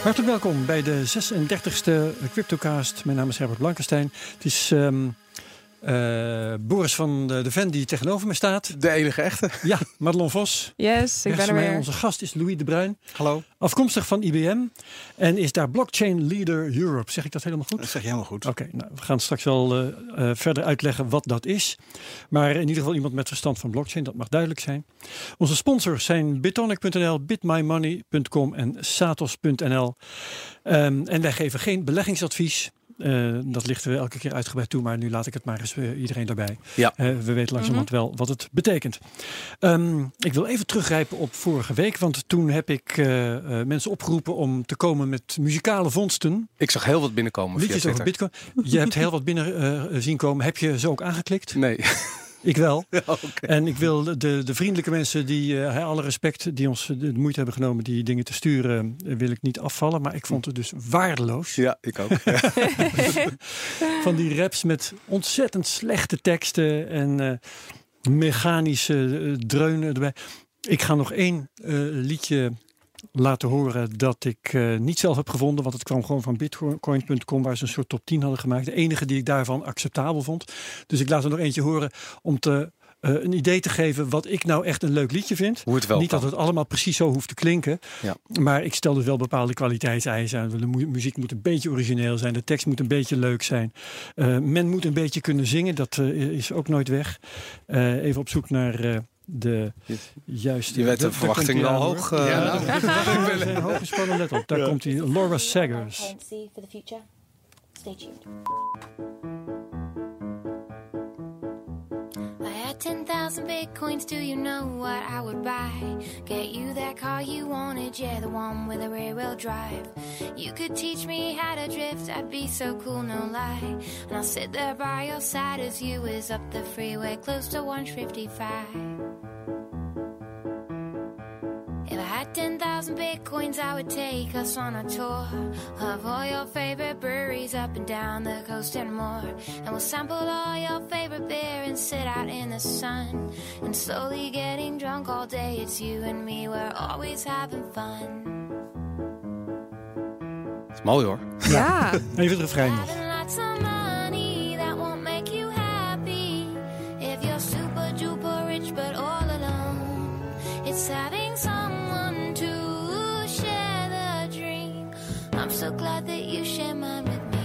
Hartelijk welkom bij de 36e Cryptocast. Mijn naam is Herbert Blankenstein. Het is Boris van de Ven die tegenover me staat. De enige echte. Ja, Madelon Vos. Yes, ik ben er weer. Onze gast is Louis de Bruin. Hallo. Afkomstig van IBM. En is daar Blockchain Leader Europe. Zeg ik dat helemaal goed? Dat zeg je helemaal goed. Oké, nou, we gaan straks wel verder uitleggen wat dat is. Maar in ieder geval iemand met verstand van blockchain. Dat mag duidelijk zijn. Onze sponsors zijn Bitonic.nl, bitmymoney.com en Satos.nl. En wij geven geen beleggingsadvies. Dat lichten we elke keer uitgebreid toe, maar nu laat ik het maar eens iedereen daarbij. Ja. We weten langzamerhand wel wat het betekent. Ik wil even teruggrijpen op vorige week, want toen heb ik mensen opgeroepen om te komen met muzikale vondsten. Ik zag heel wat binnenkomen. Liedjes over Bitcoin. Je hebt heel wat binnen zien komen. Heb je ze ook aangeklikt? Nee. Ik wel. Ja, okay. En ik wil de vriendelijke mensen die, alle respect, die ons de moeite hebben genomen die dingen te sturen, wil ik niet afvallen. Maar ik vond het dus waardeloos. Ja, ik ook. Van die raps met ontzettend slechte teksten en mechanische dreunen erbij. Ik ga nog één liedje laten horen dat ik niet zelf heb gevonden. Want het kwam gewoon van bitcoin.com waar ze een soort top 10 hadden gemaakt. De enige die ik daarvan acceptabel vond. Dus ik laat er nog eentje horen om een idee te geven wat ik nou echt een leuk liedje vind. Hoe het wel niet kan. dat het allemaal precies zo hoeft te klinken. Ja. Maar ik stel dus wel bepaalde kwaliteitseisen aan. De muziek moet een beetje origineel zijn. De tekst moet een beetje leuk zijn. Men moet een beetje kunnen zingen. Dat is ook nooit weg. Even op zoek naar de juiste... Je weet de verwachting al hoog. We zijn hoog gespannen, let op. Daar komt hij. Laura Saggers. Stay tuned. I had 10,000 bitcoins, do you know what I would buy? Get you that car you wanted, yeah, the one with a rear wheel drive. You could teach me how to drift, I'd be so cool, no lie. And I'll sit there by your side as you whiz up the freeway close to 155. If I had 10,000 bitcoins, I would take us on a tour of all your favorite breweries up and down the coast and more. And we'll sample all your favorite beer and sit out in the sun. And slowly getting drunk all day, it's you and me, we're always having fun. Dat is mooi hoor. Ja. Even het refrein nog. Having lots of money, that won't make you happy. If you're super duper rich but all alone, it's having someone to share the dream. I'm so glad that you share mine with me.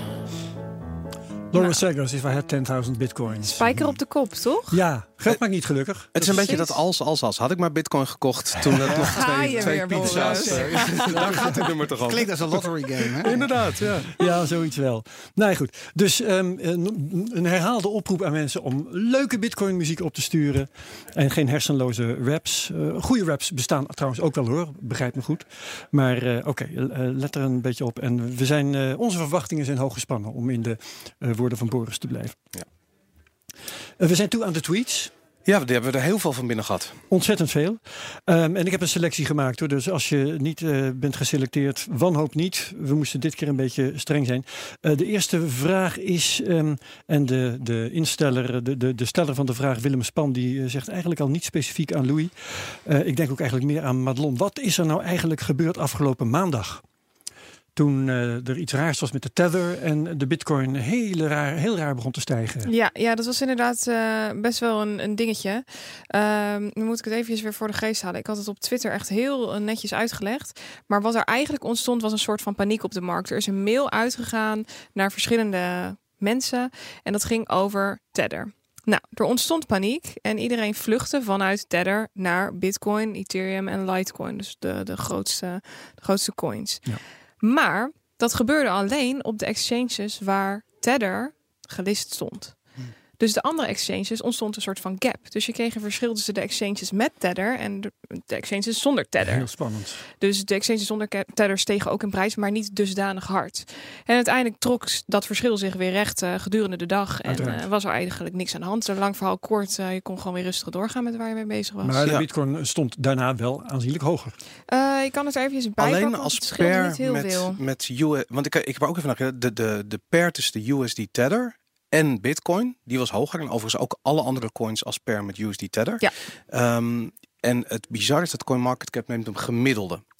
Laura Saggers, if I had 10,000 bitcoins. Spijker op de kop, toch? Ja, geld maakt niet gelukkig. Het is een beetje dat als. Had ik maar bitcoin gekocht toen het nog twee pizza's. Daar gaat het nummer toch over. Klinkt als een lottery game, hè? Inderdaad, ja. Ja, zoiets wel. Nou goed, dus een herhaalde oproep aan mensen om leuke bitcoin muziek op te sturen. En geen hersenloze raps. Goede raps bestaan trouwens ook wel hoor, begrijp me goed. Maar oké, let er een beetje op. En we zijn, onze verwachtingen zijn hoog gespannen om in de woorden van Boris te blijven. Ja. We zijn toe aan de tweets. Ja, die hebben we er heel veel van binnen gehad. Ontzettend veel. En ik heb een selectie gemaakt hoor. Dus als je niet bent geselecteerd, wanhoop niet. We moesten dit keer een beetje streng zijn. De eerste vraag is, en de insteller, de steller van de vraag, Willem Span, die zegt eigenlijk al niet specifiek aan Louis. Ik denk ook eigenlijk meer aan Madelon. Wat is er nou eigenlijk gebeurd afgelopen maandag? Toen er iets raars was met de tether en de bitcoin heel raar begon te stijgen. Ja, dat was inderdaad best wel een dingetje. Nu moet ik het even weer voor de geest halen. Ik had het op Twitter echt heel netjes uitgelegd. Maar wat er eigenlijk ontstond was een soort van paniek op de markt. Er is een mail uitgegaan naar verschillende mensen. En dat ging over tether. Nou, er ontstond paniek en iedereen vluchtte vanuit Tether naar Bitcoin, Ethereum en Litecoin. Dus de grootste coins. Ja. Maar dat gebeurde alleen op de exchanges waar Tether gelist stond. Dus de andere exchanges ontstond een soort van gap. Dus je kreeg een verschil tussen de exchanges met Tether en de exchanges zonder Tether. Heel spannend. Dus de exchanges zonder Tether stegen ook in prijs, maar niet dusdanig hard. En uiteindelijk trok dat verschil zich weer recht gedurende de dag. En was er eigenlijk niks aan de hand. Een lang verhaal kort, je kon gewoon weer rustig doorgaan met waar je mee bezig was. Maar de bitcoin stond daarna wel aanzienlijk hoger. Je kan het er even bij alleen pakken, als het pair niet heel veel. met US, want ik heb er ook even naar gekeken. De pair tussen de USD Tether en Bitcoin, die was hoger. En overigens ook alle andere coins als pair met USD Tether. Ja. En het bizarre is dat CoinMarketCap neemt hem gemiddelde.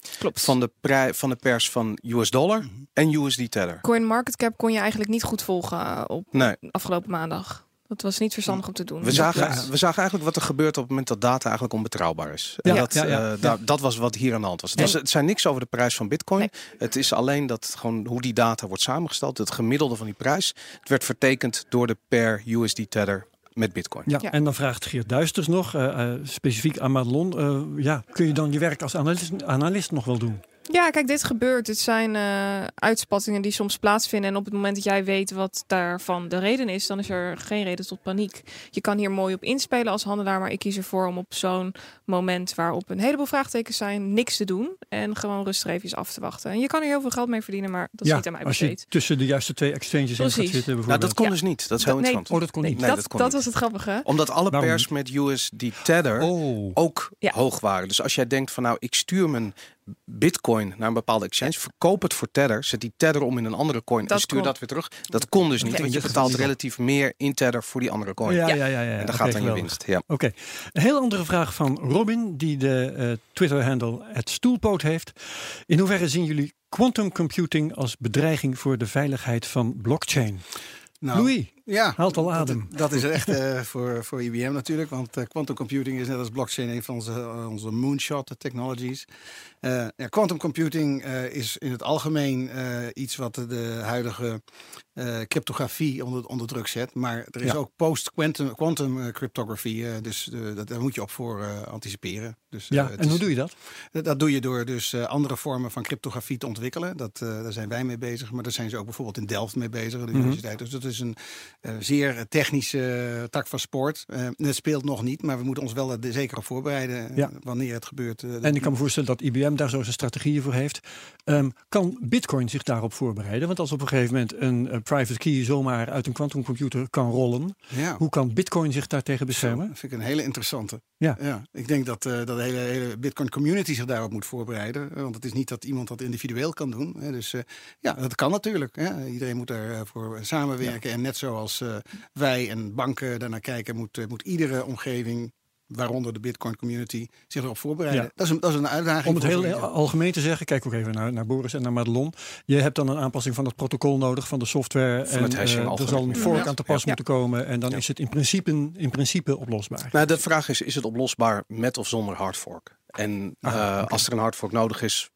Klopt. van de pers van US dollar en USD Tether. CoinMarketCap kon je eigenlijk niet goed volgen op Nee. afgelopen maandag. Dat was niet verstandig om te doen. We zagen eigenlijk wat er gebeurt op het moment dat data eigenlijk onbetrouwbaar is. En dat was wat hier aan de hand was. Het zijn niks over de prijs van Bitcoin. Nee. Het is alleen dat gewoon hoe die data wordt samengesteld. Het gemiddelde van die prijs. Het werd vertekend door de per USD Tether met Bitcoin. Ja, en dan vraagt Geert Duisters nog, specifiek aan Madelon. Kun je dan je werk als analist nog wel doen? Ja, kijk, dit gebeurt. Het zijn uitspattingen die soms plaatsvinden. En op het moment dat jij weet wat daarvan de reden is, dan is er geen reden tot paniek. Je kan hier mooi op inspelen als handelaar, maar ik kies ervoor om op zo'n moment waarop een heleboel vraagtekens zijn, niks te doen en gewoon rustig even af te wachten. En je kan er heel veel geld mee verdienen, maar dat is niet aan mij als je besteed. tussen de juiste 2 exchanges in gaat zitten bijvoorbeeld. Nou, dat kon dus niet. Dat is heel interessant. Dat kon niet. Dat was het grappige. Omdat alle pers met USD Tether ook hoog waren. Dus als jij denkt van nou, ik stuur mijn Bitcoin naar een bepaalde exchange, verkoop het voor Tether, zet die Tether om in een andere coin en stuur dat weer terug. Dat kon dus niet, want je betaalt relatief meer in Tether voor die andere coin. Ja. En dat gaat dan je winst. Ja. Oké. Een heel andere vraag van Robin, die de Twitter-handle @stoelpoot heeft. In hoeverre zien jullie quantum computing als bedreiging voor de veiligheid van blockchain? Nou, Louis, haalt al adem. Dat is echt voor IBM natuurlijk. Want quantum computing is net als blockchain een van onze moonshot technologies. Quantum computing is in het algemeen iets wat de huidige cryptografie onder druk zet. Maar er is ook post-quantum cryptography. Dus daar moet je op voor anticiperen. Dus, en hoe doe je dat? Dat doe je door dus andere vormen van cryptografie te ontwikkelen. Daar zijn wij mee bezig. Maar daar zijn ze ook bijvoorbeeld in Delft mee bezig, de universiteit. Dus dat is een zeer technische tak van sport. Het speelt nog niet, maar we moeten ons wel er zeker op voorbereiden wanneer het gebeurt. En ik kan me voorstellen dat IBM daar zo zijn strategieën voor heeft. Kan Bitcoin zich daarop voorbereiden? Want als op een gegeven moment een private key zomaar uit een quantumcomputer kan rollen, hoe kan Bitcoin zich daartegen beschermen? Dat vind ik een hele interessante. Ja. Ik denk dat de hele Bitcoin community zich daarop moet voorbereiden. Want het is niet dat iemand dat individueel kan doen. Dus dat kan natuurlijk. Iedereen moet daarvoor samenwerken. En net zoals wij en banken daarnaar kijken, moet iedere omgeving, waaronder de Bitcoin community, zich erop voorbereiden. Dat is een uitdaging. Om het heel algemeen te zeggen, kijk ook even naar Boris en naar Madelon. Je hebt dan een aanpassing van het protocol nodig, van de software. Van het hashing er zal een fork aan te pas moeten komen. En dan is het in principe oplosbaar. Nou, de vraag is het oplosbaar met of zonder hardfork? En als er een hardfork nodig is,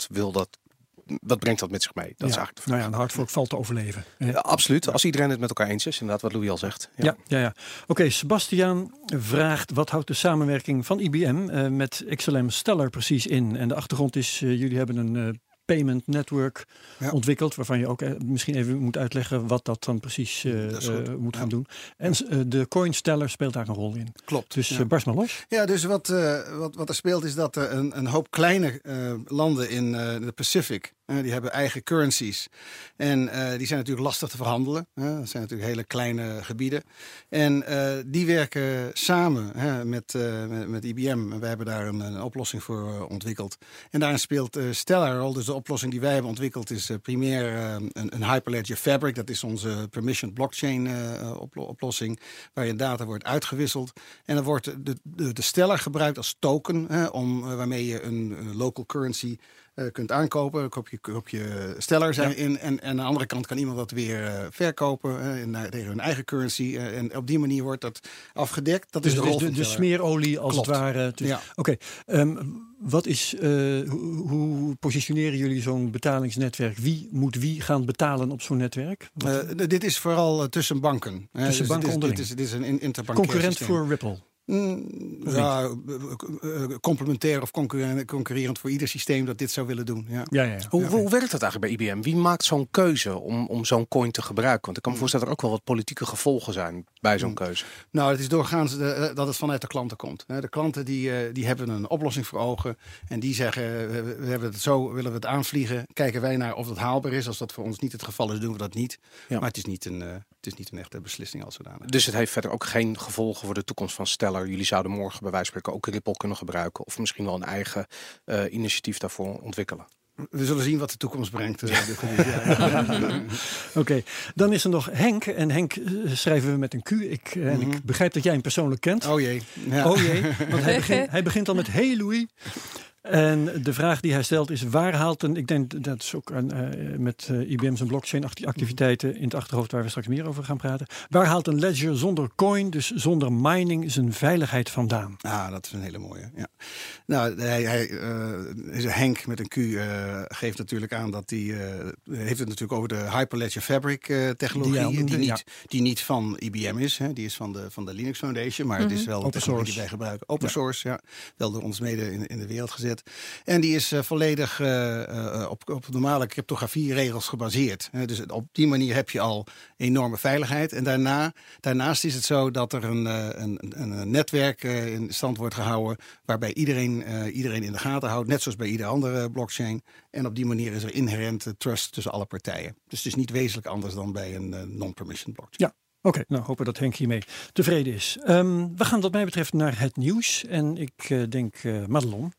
wat brengt dat met zich mee? Dat is eigenlijk de vraag. Nou ja, een hardfork valt te overleven. Absoluut, als iedereen het met elkaar eens is. Inderdaad, wat Louis al zegt. Ja. Oké, Sebastiaan vraagt, wat houdt de samenwerking van IBM met XLM Stellar precies in? En de achtergrond is, jullie hebben een payment network ontwikkeld, waarvan je ook misschien even moet uitleggen wat dat dan precies moet gaan doen. En de coin Stellar speelt daar een rol in. Klopt. Dus barst maar los. Ja, dus wat er speelt is dat een hoop kleine landen in de Pacific, die hebben eigen currencies. En die zijn natuurlijk lastig te verhandelen. Dat zijn natuurlijk hele kleine gebieden. En die werken samen met IBM. We hebben daar een oplossing voor ontwikkeld. En daarin speelt Stellar rol. Dus de oplossing die wij hebben ontwikkeld is primair een Hyperledger Fabric. Dat is onze permissioned blockchain oplossing, waarin data wordt uitgewisseld. En dan wordt de Stellar gebruikt als token, waarmee je een local currency kunt aankopen. Dan koop je Stellar in. En aan de andere kant kan iemand dat weer verkopen tegen hun eigen currency. En op die manier wordt dat afgedekt. Dat is de rol van de smeerolie als het ware. Oké. Hoe positioneren jullie zo'n betalingsnetwerk? Wie moet wie gaan betalen op zo'n netwerk? Dit is vooral tussen banken. Tussen banken onderling. Dit is een interbankair concurrent systeem. voor Ripple? Complementair of concurrerend voor ieder systeem dat dit zou willen doen. Hoe werkt dat eigenlijk bij IBM? Wie maakt zo'n keuze om zo'n coin te gebruiken? Want ik kan me voorstellen dat er ook wel wat politieke gevolgen zijn bij zo'n keuze. Nou, het is doorgaans dat het vanuit de klanten komt. De klanten die hebben een oplossing voor ogen en die zeggen, we hebben het zo, willen we het aanvliegen. Kijken wij naar of dat haalbaar is. Als dat voor ons niet het geval is, doen we dat niet. Ja. Maar het is niet een echte beslissing als zodanig. Dus het heeft verder ook geen gevolgen voor de toekomst van Stellar. Jullie zouden morgen bij wijze van spreken ook Ripple kunnen gebruiken. Of misschien wel een eigen initiatief daarvoor ontwikkelen. We zullen zien wat de toekomst brengt. Oké, dan is er nog Henk. En Henk schrijven we met een Q. En ik begrijp dat jij hem persoonlijk kent. Oh jee. Ja. Oh jee, want hij begint al met: hey Louis. En de vraag die hij stelt is, waar haalt ik denk dat is ook met IBM zijn blockchain activiteiten in het achterhoofd waar we straks meer over gaan praten. Waar haalt een ledger zonder coin, dus zonder mining, zijn veiligheid vandaan? Dat is een hele mooie. Ja. Nou, Henk met een Q geeft natuurlijk aan dat hij heeft het natuurlijk over de Hyperledger Fabric technologie, die niet van IBM is. Hè. Die is van de Linux Foundation, maar het is wel een technologie die wij gebruiken. Open source, ja. Wel door ons mede in de wereld gezet. En die is volledig op normale cryptografie-regels gebaseerd. Dus op die manier heb je al enorme veiligheid. En daarnaast is het zo dat er een netwerk in stand wordt gehouden waarbij iedereen in de gaten houdt, net zoals bij iedere andere blockchain. En op die manier is er inherente trust tussen alle partijen. Dus het is niet wezenlijk anders dan bij een non-permission blockchain. Ja. Oké, nou hopen dat Henk hiermee tevreden is. We gaan wat mij betreft naar het nieuws. En ik denk Madelon.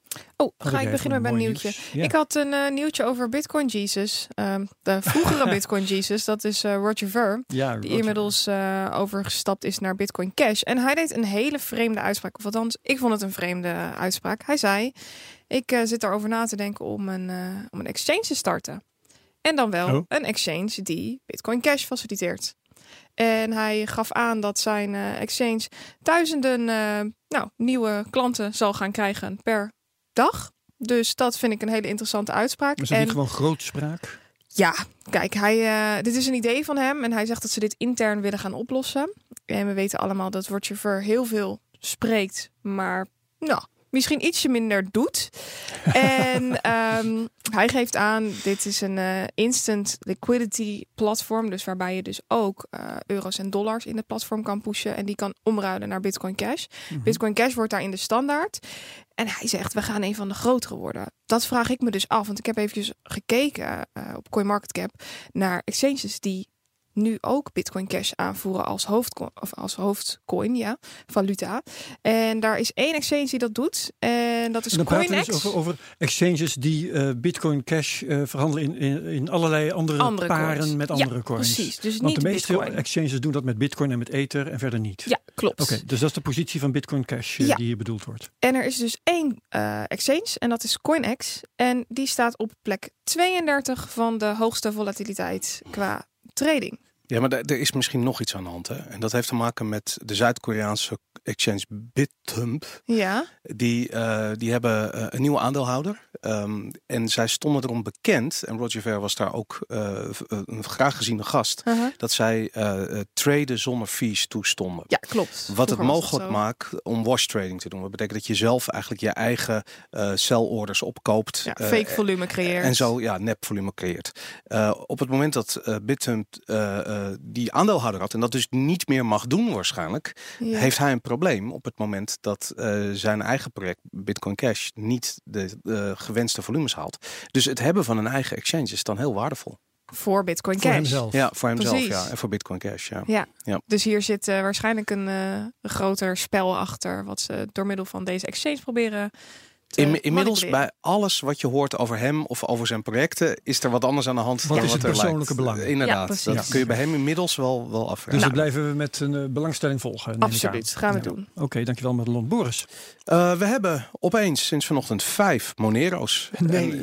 Ga ik beginnen met een nieuwtje. Ja. Ik had een nieuwtje over Bitcoin Jesus. De vroegere Bitcoin Jesus, dat is Roger Ver. Ja, die inmiddels overgestapt is naar Bitcoin Cash. En hij deed een hele vreemde uitspraak. Of althans, ik vond het een vreemde uitspraak. Hij zei, ik zit erover na te denken om een exchange te starten. En dan wel een exchange die Bitcoin Cash faciliteert. En hij gaf aan dat zijn exchange duizenden nieuwe klanten zal gaan krijgen per dag. Dus dat vind ik een hele interessante uitspraak. Is dat niet gewoon grootspraak? Ja, kijk, dit is een idee van hem. En hij zegt dat ze dit intern willen gaan oplossen. En we weten allemaal dat Roger Ver heel veel spreekt. Maar misschien ietsje minder doet. En hij geeft aan, dit is een instant liquidity platform. Dus waarbij je dus ook euro's en dollars in het platform kan pushen. En die kan omruilen naar Bitcoin Cash. Bitcoin Cash wordt daarin de standaard. En hij zegt, we gaan een van de grotere worden. Dat vraag ik me dus af. Want ik heb eventjes gekeken op CoinMarketCap naar exchanges die nu ook Bitcoin Cash aanvoeren als hoofdcoin, valuta. En daar is één exchange die dat doet. En dat is CoinEx. Dan praten we dus over exchanges die Bitcoin Cash verhandelen in allerlei andere paren coins. Met andere coins. Precies. Dus want niet de meeste Bitcoin. Exchanges doen dat met Bitcoin en met Ether en verder niet. Ja, klopt. Oké, dus dat is de positie van Bitcoin Cash die hier bedoeld wordt. En er is dus één exchange en dat is CoinEx. En die staat op plek 32 van de hoogste volatiliteit qua trading. Ja, maar er is misschien nog iets aan de hand. Hè? En dat heeft te maken met de Zuid-Koreaanse exchange Bithumb. Ja. Die hebben een nieuwe aandeelhouder. En zij stonden erom bekend, en Roger Ver was daar ook een graag geziene gast, dat zij traden zonder fees toestonden. Ja, klopt. Wat het mogelijk maakt om wash trading te doen. Dat betekent dat je zelf eigenlijk je eigen sell orders opkoopt. Ja, fake volume creëert. En zo nep volume creëert. Op het moment dat Bithumb die aandeelhouder had en dat dus niet meer mag doen waarschijnlijk, heeft hij een probleem op het moment dat zijn eigen project Bitcoin Cash niet de gewenste volumes haalt. Dus het hebben van een eigen exchange is dan heel waardevol. Voor Bitcoin Cash. Voor hemzelf. Ja, voor hemzelf. Ja. En voor Bitcoin Cash. Ja. Dus hier zit waarschijnlijk een groter spel achter wat ze door middel van deze exchange proberen Inmiddels bij alles wat je hoort over hem of over zijn projecten is er wat anders aan de hand. Wat is het persoonlijke belang? Inderdaad, dat kun je bij hem inmiddels wel afvragen. Dus dat blijven we met een belangstelling volgen. Absoluut, gaan we doen. Oké, dankjewel Madelon. Boris. We hebben opeens sinds vanochtend 5 Monero's. Nee.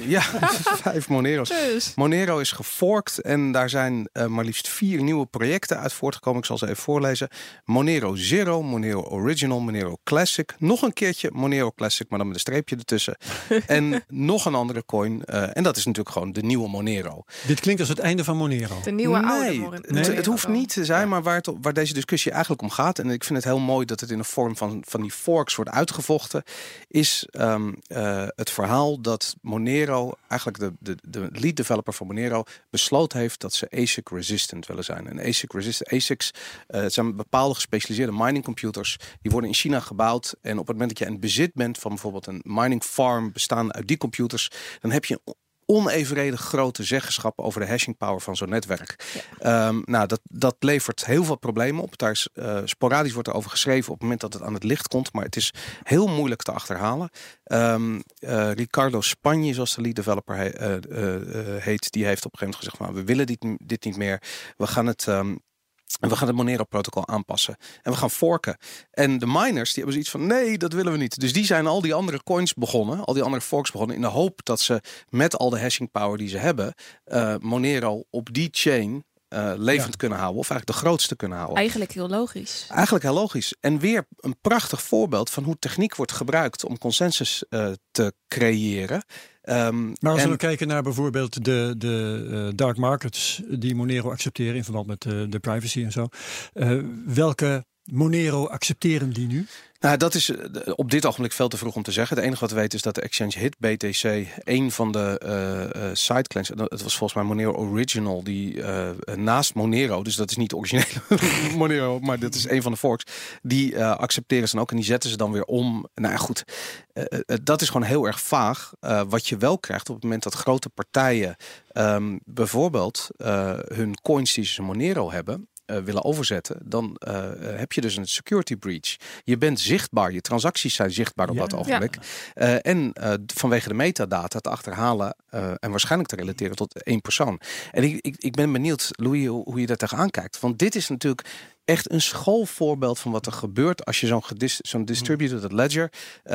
5 Monero's. Dus. Monero is geforkt en daar zijn maar liefst 4 nieuwe projecten uit voortgekomen. Ik zal ze even voorlezen. Monero Zero, Monero Original, Monero Classic. Nog een keertje Monero Classic, maar dan met een streepje ertussen. En nog een andere coin. En dat is natuurlijk gewoon de nieuwe Monero. Dit klinkt als het einde van Monero. De nieuwe oude Monero. Nee, het hoeft niet te zijn, maar waar deze discussie eigenlijk om gaat, en ik vind het heel mooi dat het in de vorm van die forks wordt uitgevochten, is het verhaal dat Monero, eigenlijk de lead developer van Monero, besloten heeft dat ze ASIC resistant willen zijn. En ASICs, het zijn bepaalde gespecialiseerde mining computers, die worden in China gebouwd. En op het moment dat je in bezit bent van bijvoorbeeld een mining farm bestaande uit die computers, dan heb je een onevenredig grote zeggenschap over de hashing power van zo'n netwerk. Ja. Dat levert heel veel problemen op. Daar is, sporadisch wordt er over geschreven op het moment dat het aan het licht komt, maar het is heel moeilijk te achterhalen. Ricardo Spanje, zoals de lead developer heet, die heeft op een gegeven moment gezegd, we willen dit niet meer. We gaan het En we gaan het Monero-protocol aanpassen. En we gaan forken. En de miners die hebben zoiets van, nee, dat willen we niet. Dus die zijn al die andere coins begonnen, al die andere forks begonnen, in de hoop dat ze met al de hashing power die ze hebben, Monero op die chain levend kunnen houden. Of eigenlijk de grootste kunnen houden. Eigenlijk heel logisch. Eigenlijk heel logisch. En weer een prachtig voorbeeld van hoe techniek wordt gebruikt om consensus te creëren. Maar als we kijken naar bijvoorbeeld de dark markets die Monero accepteren in verband met de privacy en zo. Welke Monero accepteren die nu? Nou, dat is op dit ogenblik veel te vroeg om te zeggen. Het enige wat we weten is dat de exchange Hit BTC, een van de sideclans, het was volgens mij Monero Original, die naast Monero, dus dat is niet de originele Monero, maar dat is een van de forks, die accepteren ze dan ook en die zetten ze dan weer om. Nou ja, goed, dat is gewoon heel erg vaag. Wat je wel krijgt op het moment dat grote partijen bijvoorbeeld hun coins die ze Monero hebben, willen overzetten, dan heb je dus een security breach. Je bent zichtbaar, je transacties zijn zichtbaar op dat ogenblik. Ja. En vanwege de metadata te achterhalen en waarschijnlijk te relateren tot één persoon. En ik ben benieuwd, Louis, hoe je daar tegenaan kijkt. Want dit is natuurlijk echt een schoolvoorbeeld van wat er gebeurt als je zo'n distributed ledger.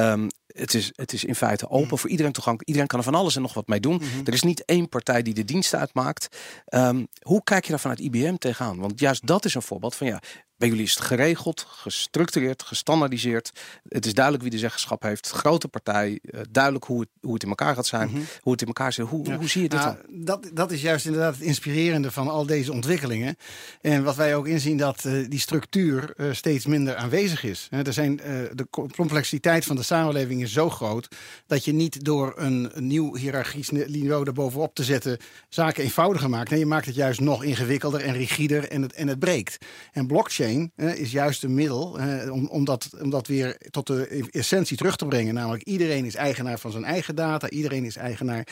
Het is in feite open voor iedereen toegankelijk. Iedereen kan er van alles en nog wat mee doen. Mm-hmm. Er is niet één partij die de diensten uitmaakt. Hoe kijk je daar vanuit IBM tegenaan? Want juist dat is een voorbeeld van bij jullie is het geregeld, gestructureerd, gestandaardiseerd. Het is duidelijk wie de zeggenschap heeft. Grote partij, duidelijk hoe het in elkaar gaat zijn. Mm-hmm. Hoe het in elkaar zit. Hoe zie je dit dan? Dat is juist inderdaad het inspirerende van al deze ontwikkelingen. En wat wij ook inzien dat die structuur steeds minder aanwezig is. De complexiteit van de samenleving is zo groot dat je niet door een nieuw hiërarchisch niveau erbovenop te zetten zaken eenvoudiger maakt. Nee, je maakt het juist nog ingewikkelder en rigider en het breekt. En blockchain is juist een middel om dat weer tot de essentie terug te brengen. Namelijk iedereen is eigenaar van zijn eigen data. Iedereen is eigenaar,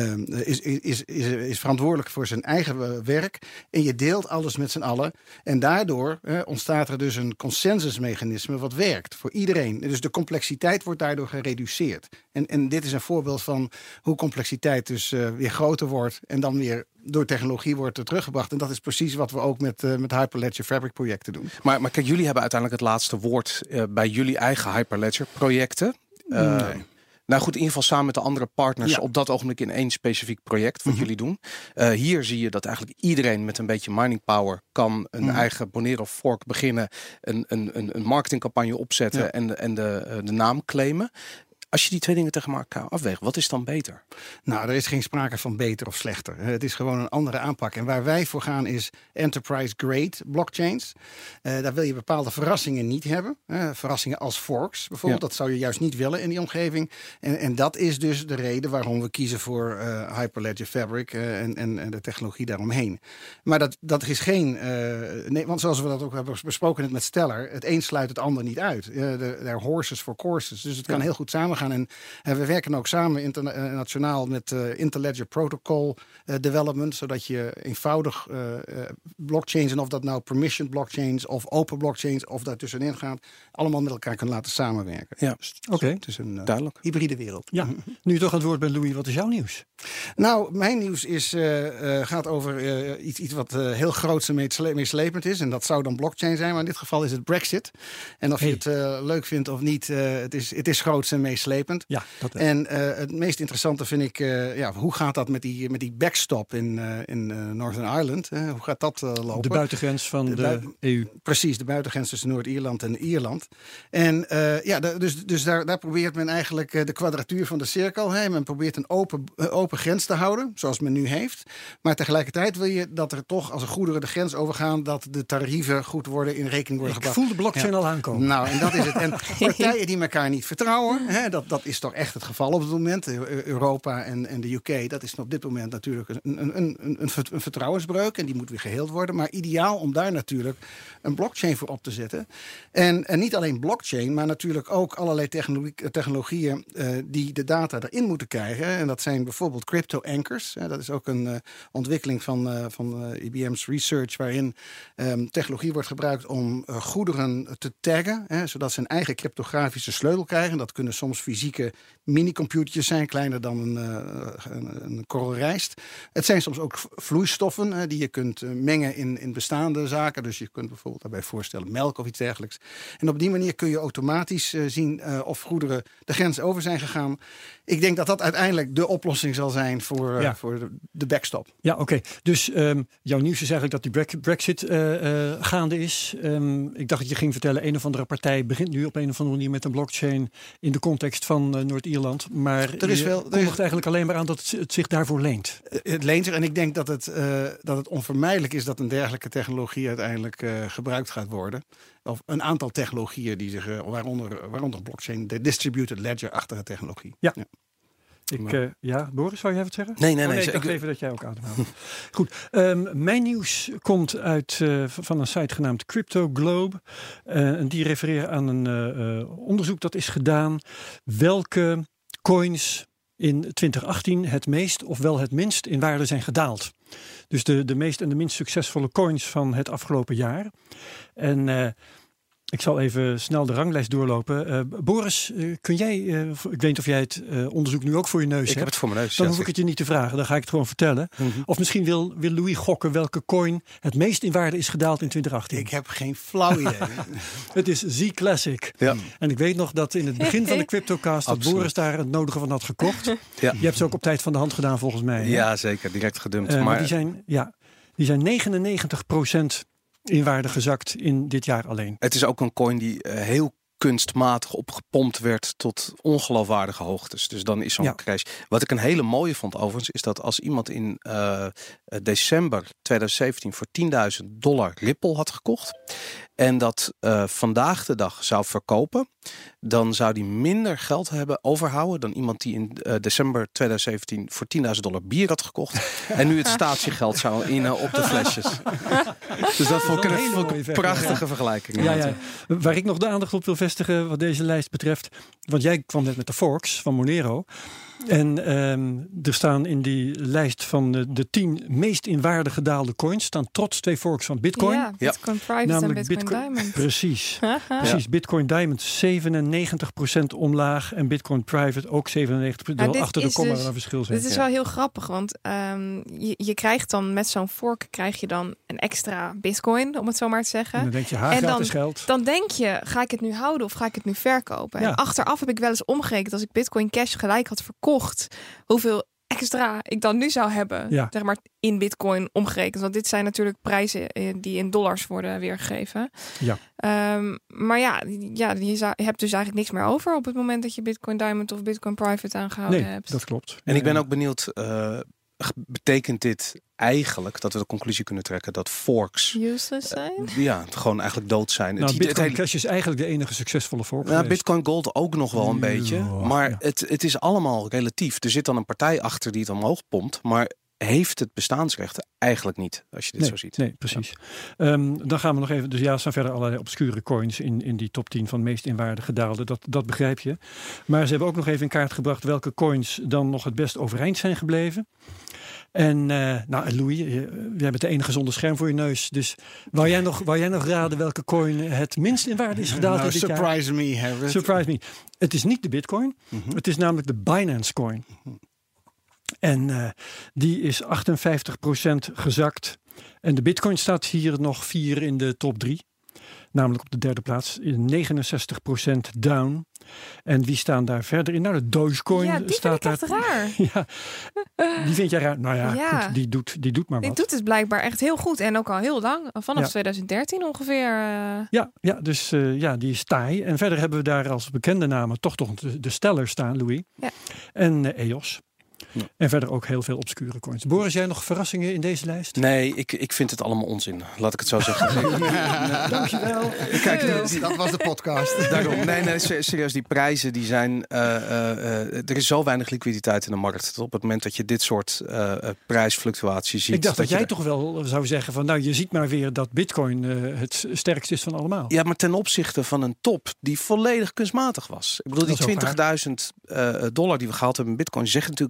is verantwoordelijk voor zijn eigen werk. En je deelt alles met z'n allen. En daardoor ontstaat er dus een consensusmechanisme wat werkt voor iedereen. Dus de complexiteit wordt daardoor gereduceerd. En dit is een voorbeeld van hoe complexiteit dus weer groter wordt en dan weer door technologie wordt teruggebracht. En dat is precies wat we ook met Hyperledger Fabric projecten doen. Maar kijk, jullie hebben uiteindelijk het laatste woord bij jullie eigen Hyperledger projecten. Nee. Nou goed, in ieder geval samen met de andere partners op dat ogenblik in één specifiek project wat jullie doen. Hier zie je dat eigenlijk iedereen met een beetje mining power kan een eigen Monero fork beginnen, een marketingcampagne opzetten en de naam claimen. Als je die twee dingen tegen elkaar afweegt, wat is dan beter? Nou, er is geen sprake van beter of slechter. Het is gewoon een andere aanpak. En waar wij voor gaan is enterprise-grade blockchains. Daar wil je bepaalde verrassingen niet hebben. Verrassingen als forks bijvoorbeeld. Dat zou je juist niet willen in die omgeving. En dat is dus de reden waarom we kiezen voor Hyperledger Fabric en de technologie daaromheen. Maar dat is geen... nee, want zoals we dat ook hebben besproken net met Stellar, het een sluit het ander niet uit. There are horses for courses. Dus het kan heel goed samen gaan. En we werken ook samen internationaal met Interledger Protocol Development, zodat je eenvoudig blockchains, en of dat nou permissioned blockchains of open blockchains of daartussenin gaat, allemaal met elkaar kunnen laten samenwerken. Ja, oké. Het is een hybride wereld. Ja. Nu je toch aan het woord bent, Louis, wat is jouw nieuws? Nou, mijn nieuws gaat over iets wat heel groots en meeslepend is. En dat zou dan blockchain zijn, maar in dit geval is het Brexit. En of je het leuk vindt of niet, het is groots en meeslepend. Ja, en het meest interessante vind ik, hoe gaat dat met die backstop in Northern Ireland? Hoe gaat dat lopen? De buitengrens van de EU. Precies, de buitengrens tussen Noord-Ierland en Ierland. En dus daar probeert men eigenlijk de kwadratuur van de cirkel. Men probeert een open grens te houden, zoals men nu heeft. Maar tegelijkertijd wil je dat er toch, als er goederen de grens overgaan, dat de tarieven goed worden in rekening worden gebracht. Ik voel de blockchain al aankomen. Nou, en dat is het. En partijen die elkaar niet vertrouwen, dat is toch echt het geval op het moment. Europa en de UK, dat is op dit moment natuurlijk een vertrouwensbreuk. En die moet weer geheeld worden. Maar ideaal om daar natuurlijk een blockchain voor op te zetten. En niet alleen blockchain, maar natuurlijk ook allerlei technologieën die de data erin moeten krijgen. En dat zijn bijvoorbeeld crypto anchors. Dat is ook een ontwikkeling van IBM's research, waarin technologie wordt gebruikt om goederen te taggen, zodat ze een eigen cryptografische sleutel krijgen. Dat kunnen soms fysieke mini-computertjes zijn, kleiner dan een korrel rijst. Het zijn soms ook vloeistoffen die je kunt mengen in bestaande zaken. Dus je kunt bijvoorbeeld daarbij voorstellen melk of iets dergelijks. En op die manier kun je automatisch zien of goederen de grens over zijn gegaan. Ik denk dat dat uiteindelijk de oplossing zal zijn voor de backstop. Ja, oké. Dus jouw nieuws is eigenlijk dat die Brexit gaande is. Ik dacht dat je ging vertellen, een of andere partij begint nu op een of andere manier met een blockchain in de context van Noord-Ierland. Maar je kondigt eigenlijk alleen maar aan dat het zich daarvoor leent. Het leent zich en ik denk dat het onvermijdelijk is dat een dergelijke technologie uiteindelijk gebruikt gaat worden. Of een aantal technologieën die zich, waaronder blockchain, de distributed ledger-achtige technologie. Ja. Boris, zou jij wat zeggen? Nee. Ik dacht even dat jij ook ademhaalt. Goed, mijn nieuws komt uit van een site genaamd Crypto Globe. En die refereren aan een onderzoek dat is gedaan. Welke coins in 2018 het meest of wel het minst in waarde zijn gedaald. Dus de meest en de minst succesvolle coins van het afgelopen jaar. En ik zal even snel de ranglijst doorlopen. Boris, kun jij, ik weet niet of jij het onderzoek nu ook voor je neus hebt. Ik heb het voor mijn neus. Dan hoef ik het je niet te vragen, dan ga ik het gewoon vertellen. Mm-hmm. Of misschien wil Louis gokken welke coin het meest in waarde is gedaald in 2018. Ik heb geen flauw idee. Het is Z-Classic. Ja. En ik weet nog dat in het begin van de CryptoCast dat Boris daar het nodige van had gekocht. Ja. Je hebt ze ook op tijd van de hand gedaan volgens mij. Hè? Ja, zeker. Direct gedumpt. Maar die zijn 99% in waarde gezakt in dit jaar alleen. Het is ook een coin die heel kunstmatig opgepompt werd tot ongeloofwaardige hoogtes. Dus dan is zo'n crash. Wat ik een hele mooie vond overigens, is dat als iemand in december 2017 voor $10.000 Ripple had gekocht en dat vandaag de dag zou verkopen, dan zou die minder geld hebben overhouden dan iemand die in december 2017 voor $10.000 bier had gekocht en nu het statiegeld zou innen op de flesjes. Dus dat vond ik een prachtige vergelijking. Ja. Waar ik nog de aandacht op wil vestigen wat deze lijst betreft, want jij kwam net met de forks van Monero. En er staan in die lijst van de 10 meest in waarde gedaalde coins staan trots 2 forks van Bitcoin. Ja, Bitcoin Private en Bitcoin Diamond. Precies. Bitcoin Diamond 97% omlaag en Bitcoin Private ook 97%. Achter de komma een verschil zijn. Dit is wel heel grappig, want je krijgt dan met zo'n fork krijg je dan een extra Bitcoin, om het zo maar te zeggen. En dan denk je, gratis geld. Dan denk je, ga ik het nu houden of ga ik het nu verkopen? En achteraf heb ik wel eens omgerekend, als ik Bitcoin Cash gelijk had verkocht, hoeveel extra ik dan nu zou hebben, zeg maar in Bitcoin omgerekend. Want dit zijn natuurlijk prijzen die in dollars worden weergegeven. Ja. Maar je hebt dus eigenlijk niks meer over op het moment dat je Bitcoin Diamond of Bitcoin Private aangehouden hebt. Dat klopt. En ik ben ook benieuwd, betekent dit eigenlijk dat we de conclusie kunnen trekken dat forks useless zijn? Ja, gewoon eigenlijk dood zijn. Bitcoin Cash is eigenlijk de enige succesvolle fork. Ja, Bitcoin Gold ook nog wel een beetje. Maar het is allemaal relatief. Er zit dan een partij achter die het omhoog pompt. Maar heeft het bestaansrecht eigenlijk niet, als je dit zo ziet. Nee, precies. Ja. Dan gaan we nog even, er staan verder allerlei obscure coins in die top 10 van meest in waarde gedaalde. Dat begrijp je. Maar ze hebben ook nog even in kaart gebracht welke coins dan nog het best overeind zijn gebleven. En Louis, jij bent de enige zonder scherm voor je neus. Dus wou jij nog raden welke coin het minst in waarde is gedaald dit jaar? Surprise me, Harry. Surprise me. Het is niet de Bitcoin. Mm-hmm. Het is namelijk de Binance coin. En die is 58% gezakt. En de Bitcoin staat hier nog 4 in de top 3. Namelijk op de 3e plaats. 69% down. En wie staan daar verder in? Nou, de Dogecoin staat daar. Ja, die vind ik echt raar. Ja, die vind jij raar? Nou ja, goed, die doet maar wat. Die doet het blijkbaar echt heel goed. En ook al heel lang. Vanaf 2013 ongeveer. Dus die is taai. En verder hebben we daar als bekende namen toch de Stellar staan, Louis. Ja. En EOS. Ja. En verder ook heel veel obscure coins. Boris, jij nog verrassingen in deze lijst? Nee, ik vind het allemaal onzin. Laat ik het zo zeggen. Dankjewel. Kijk, dat was de podcast. Daarom. Nee, serieus. Die prijzen die zijn... er is zo weinig liquiditeit in de markt. Dat op het moment dat je dit soort prijsfluctuaties ziet... Ik dacht dat jij toch wel zou zeggen van... je ziet maar weer dat Bitcoin het sterkst is van allemaal. Ja, maar ten opzichte van een top die volledig kunstmatig was. Ik bedoel, die $20.000 die we gehaald hebben in Bitcoin zegt natuurlijk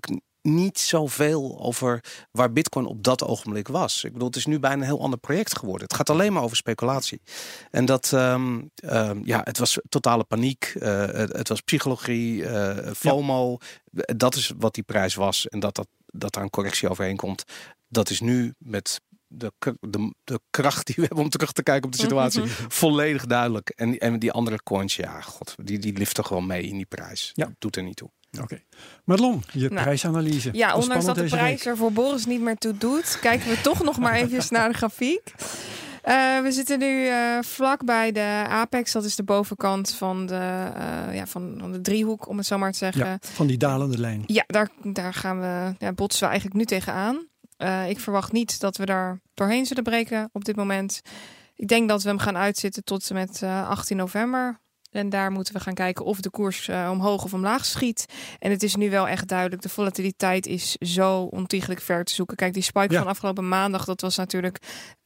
niet zoveel over waar Bitcoin op dat ogenblik was. Ik bedoel, het is nu bijna een heel ander project geworden. Het gaat alleen maar over speculatie. En dat, het was totale paniek. Het was psychologie, FOMO. Ja. Dat is wat die prijs was. En dat daar een correctie overheen komt. Dat is nu met de kracht die we hebben om terug te kijken op de situatie volledig duidelijk. En die andere coins, die liften gewoon mee in die prijs. Ja. Doet er niet toe. Oké. Madelon, je prijsanalyse. Ja, ondanks dat de prijs er voor Boris niet meer toe doet, kijken we toch nog maar even naar de grafiek. We zitten nu vlak bij de apex. Dat is de bovenkant van de driehoek, om het zo maar te zeggen. Ja, van die dalende lijn. Ja, daar botsen we eigenlijk nu tegenaan. Ik verwacht niet dat we daar doorheen zullen breken op dit moment. Ik denk dat we hem gaan uitzitten tot en met 18 november. En daar moeten we gaan kijken of de koers omhoog of omlaag schiet. En het is nu wel echt duidelijk. De volatiliteit is zo ontiegelijk ver te zoeken. Kijk, die spike van afgelopen maandag, dat was natuurlijk...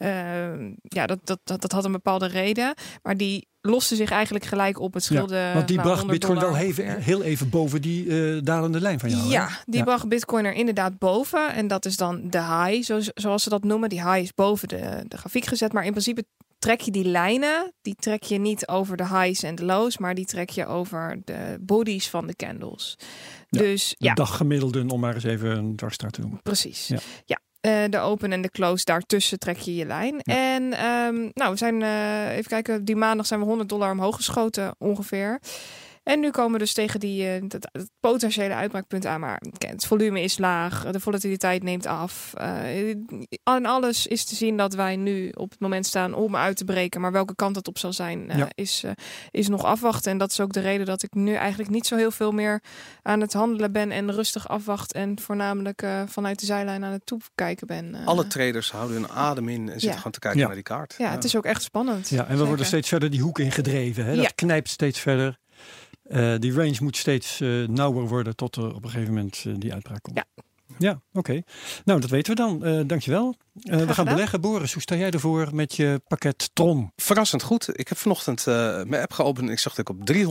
dat had een bepaalde reden. Maar die loste zich eigenlijk gelijk op. Het scheelde want die bracht Bitcoin wel heel even boven die dalende lijn van jou. Ja, die bracht Bitcoin er inderdaad boven. En dat is dan de high, zoals ze dat noemen. Die high is boven de grafiek gezet. Maar in principe trek je die lijnen, die trek je niet over de highs en de lows, maar die trek je over de bodies van de candles. Ja, dus de daggemiddelden, om maar eens even een dwarsstart te noemen. Precies. Ja. De open en de close, daartussen trek je je lijn. Ja. En we zijn, even kijken, die maandag zijn we $100 omhoog geschoten ongeveer. En nu komen we dus tegen het potentiële uitbraakpunt aan. Maar het volume is laag, de volatiliteit neemt af. Aan alles is te zien dat wij nu op het moment staan om uit te breken. Maar welke kant het op zal zijn, is nog afwachten. En dat is ook de reden dat ik nu eigenlijk niet zo heel veel meer aan het handelen ben. En rustig afwacht en voornamelijk vanuit de zijlijn aan het toekijken ben. Alle traders houden hun adem in en zitten gewoon te kijken naar die kaart. Ja, het is ook echt spannend. Ja, en we worden steeds verder die hoek ingedreven. Hè? Dat knijpt steeds verder. Die range moet steeds nauwer worden tot er op een gegeven moment die uitbraak komt. Ja, oké. Nou, dat weten we dan. Dankjewel. We gaan beleggen. Boris, hoe sta jij ervoor met je pakket Tron? Verrassend goed. Ik heb vanochtend mijn app geopend en ik zag dat ik op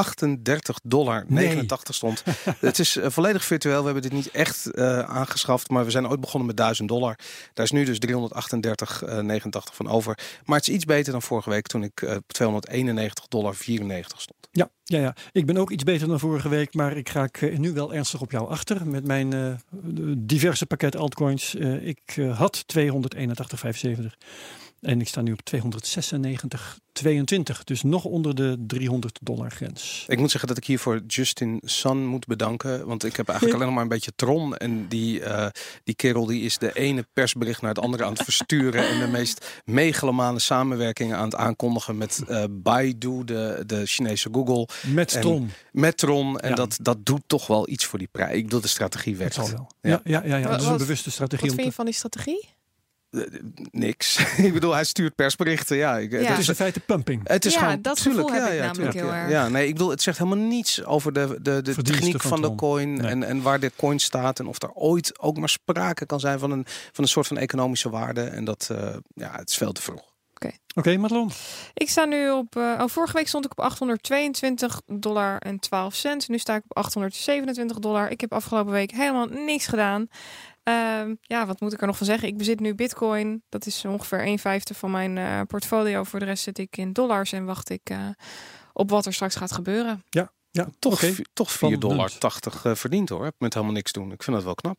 $338,89 stond. Het is volledig virtueel. We hebben dit niet echt aangeschaft, maar we zijn ooit begonnen met $1.000. Daar is nu dus $338,89 van over. Maar het is iets beter dan vorige week toen ik op $291,94 stond. Ja. Ik ben ook iets beter dan vorige week, maar ik ga nu wel ernstig op jou achter met mijn diverse pakket altcoins. Ik had 281,75 en ik sta nu op 296,22, dus nog onder de $300 grens. Ik moet zeggen dat ik hiervoor Justin Sun moet bedanken, want ik heb eigenlijk alleen nog maar een beetje Tron en die kerel die is de ene persbericht naar het andere aan het versturen en de meest megalomane samenwerkingen aan het aankondigen met Baidu, de Chinese Google. Met Tron. En dat doet toch wel iets voor die prijs. Ik bedoel, de strategie werkt. Dat zal wel. Ja. Dat is een bewuste strategie. Wat vind je van die strategie? Niks. Ik bedoel, hij stuurt persberichten. Het is in feite pumping. Het is gewoon, dat gevoel heb ik namelijk heel erg. Ja, nee, ik bedoel, het zegt helemaal niets over de techniek van de coin en waar de coin staat en of er ooit ook maar sprake kan zijn van een soort van economische waarde. En dat, het is veel te vroeg. Oké, Madelon. Ik sta nu op... vorige week stond ik op $822,12. Nu sta ik op $827. Ik heb afgelopen week helemaal niks gedaan. Wat moet ik er nog van zeggen? Ik bezit nu Bitcoin. Dat is ongeveer 1/5 van mijn portfolio. Voor de rest zit ik in dollars en wacht ik op wat er straks gaat gebeuren. Ja, toch $4,80 verdiend hoor. Met helemaal niks doen. Ik vind dat wel knap.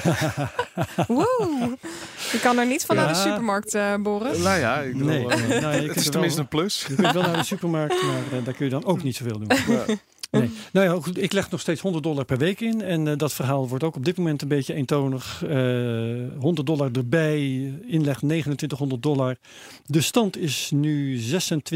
Woe! Je kan er niet van naar de supermarkt, Boris. Nou ja, ik bedoel, het is tenminste een plus. Je kunt wel naar de supermarkt, maar daar kun je dan ook niet zoveel doen. Nee. Nou ja, goed, ik leg nog steeds $100 per week in. En dat verhaal wordt ook op dit moment een beetje eentonig. $100 erbij, inleg $2900. De stand is nu 2697,72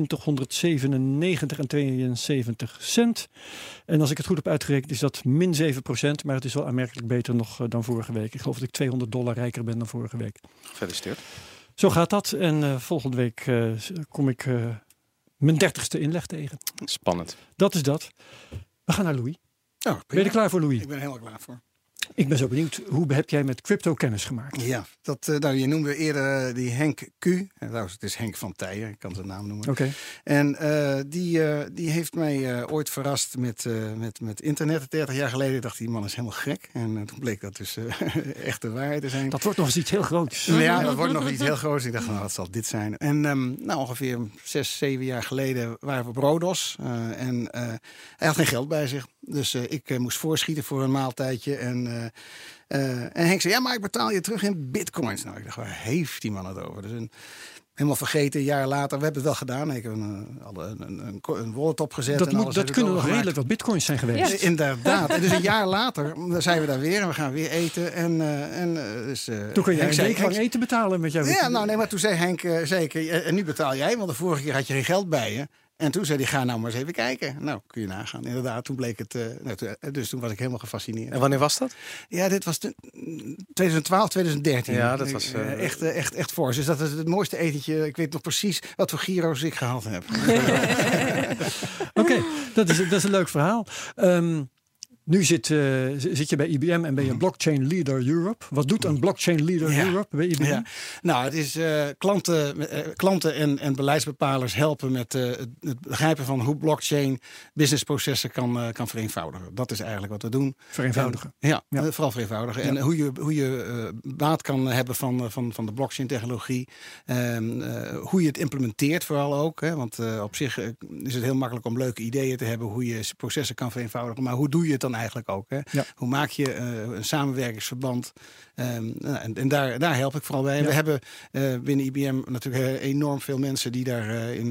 cent. En als ik het goed heb uitgerekend is dat min 7%. Maar het is wel aanmerkelijk beter nog dan vorige week. Ik geloof dat ik $200 rijker ben dan vorige week. Gefeliciteerd. Zo gaat dat. En volgende week kom ik... mijn 30ste inleg tegen. Spannend. Dat is dat. We gaan naar Louis. Ben je er klaar voor, Louis? Ik ben helemaal klaar voor. Ik ben zo benieuwd, hoe heb jij met crypto kennis gemaakt? Ja, je noemde eerder die Henk Q. Trouwens, het is Henk van Tijen, ik kan zijn naam noemen. Okay. En die heeft mij ooit verrast met internet 30 jaar geleden. Ik dacht, die man is helemaal gek. En toen bleek dat dus echt de waarheid te zijn. Dat wordt nog eens iets heel groots. Ja, dat wordt nog iets heel groots. Ik dacht, wat zal dit zijn? En ongeveer 6, 7 jaar geleden waren we op Rodos. En hij had geen geld bij zich. Dus ik moest voorschieten voor een maaltijdje. En Henk zei, ja, maar ik betaal je terug in bitcoins. Nou, ik dacht, waar heeft die man het over? Dus helemaal vergeten, een jaar later. We hebben het wel gedaan. Ik heb een wallet opgezet. Dat kunnen nog redelijk wat bitcoins zijn geweest. Ja. Inderdaad. En dus een jaar later zijn we daar weer. En we gaan weer eten. Toen kon jij een week lang eten betalen met jouw bitcoin. Ja, nee, maar toen zei Henk zeker. En nu betaal jij, want de vorige keer had je geen geld bij je. En toen zei hij, ga nou maar eens even kijken. Nou, kun je nagaan. Inderdaad, toen bleek het... dus toen was ik helemaal gefascineerd. En wanneer was dat? Ja, dit was 2012, 2013. Ja, dat was... Echt fors. Dus dat is het mooiste etentje. Ik weet nog precies wat voor gyro's ik gehaald heb. Oké, dat is een leuk verhaal. Nu zit je bij IBM en ben je Blockchain Leader Europe. Wat doet een Blockchain Leader Europe bij IBM? Ja. Nou, het is klanten en beleidsbepalers helpen met het begrijpen van hoe blockchain businessprocessen kan vereenvoudigen. Dat is eigenlijk wat we doen. Vereenvoudigen? Ja, vooral vereenvoudigen. Ja. En hoe je baat kan hebben van de blockchain technologie. Hoe je het implementeert vooral ook. Hè? Want op zich is het heel makkelijk om leuke ideeën te hebben hoe je processen kan vereenvoudigen. Maar hoe doe je het dan eigenlijk ook? Hè? Ja. Hoe maak je een samenwerkingsverband? En daar help ik vooral bij. Ja. We hebben binnen IBM natuurlijk enorm veel mensen die daar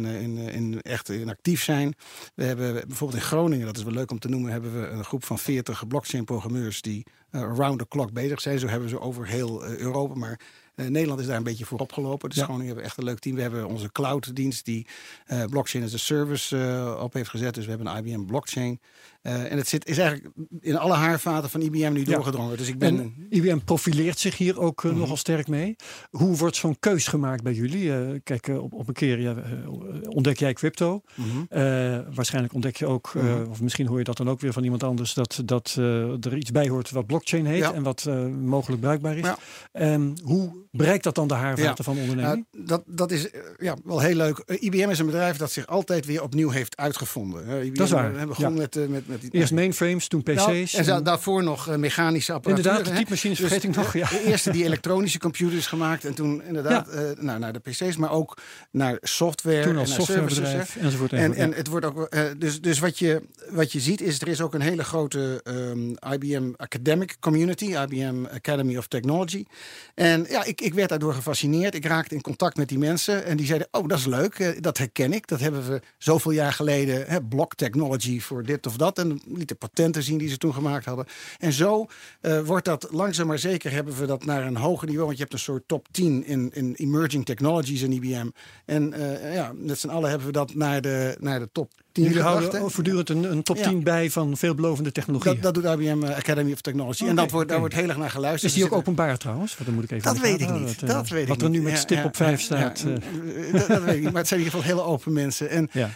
echt in actief zijn. We hebben bijvoorbeeld in Groningen, dat is wel leuk om te noemen, hebben we een groep van 40 blockchain-programmeurs die around the clock bezig zijn. Zo hebben ze over heel Europa, maar Nederland is daar een beetje voor opgelopen. Dus Groningen hebben we echt een leuk team. We hebben onze cloud-dienst die blockchain as a service op heeft gezet. Dus we hebben een IBM blockchain. En het is eigenlijk in alle haarvaten van IBM nu doorgedrongen. Dus IBM profileert zich hier ook nogal sterk mee. Hoe wordt zo'n keus gemaakt bij jullie? Kijk, op een keer ontdek jij crypto. Waarschijnlijk ontdek je ook, of misschien hoor je dat dan ook weer van iemand anders, dat er iets bij hoort wat blockchain heet en wat mogelijk bruikbaar is. Ja. Hoe bereikt dat dan de haarvaten van onderneming? Dat is wel heel leuk. IBM is een bedrijf dat zich altijd weer opnieuw heeft uitgevonden. IBM, dat is waar. We hebben begonnen met eerst mainframes, toen PC's. En daarvoor nog mechanische apparatuur. Inderdaad, de typemachines vergeet ik nog. Ja. De eerste die elektronische computers gemaakt. En toen inderdaad naar de PC's, maar ook naar software. Toen als en naar softwarebedrijf enzovoort. En het wordt ook... Dus wat je ziet is, er is ook een hele grote IBM academic community. IBM Academy of Technology. En ik werd daardoor gefascineerd. Ik raakte in contact met die mensen. En die zeiden, oh, dat is leuk. Dat herken ik. Dat hebben we zoveel jaar geleden. Block technology voor dit of dat. En lieten patenten zien die ze toen gemaakt hadden. En zo wordt dat langzaam maar zeker hebben we dat naar een hoger niveau. Want je hebt een soort top 10 in emerging technologies in IBM. En met z'n allen hebben we dat naar de top 10 Jullie gebracht. Houden voortdurend een top 10 bij van veelbelovende technologieën. Dat doet IBM Academy of Technology. Okay, en daar wordt heel erg naar geluisterd. Is die ook openbaar trouwens? Dan moet ik even dat weet ik niet. Wat er nu met stip op 5 staat. Dat weet ik niet. Maar het zijn in ieder geval hele open mensen.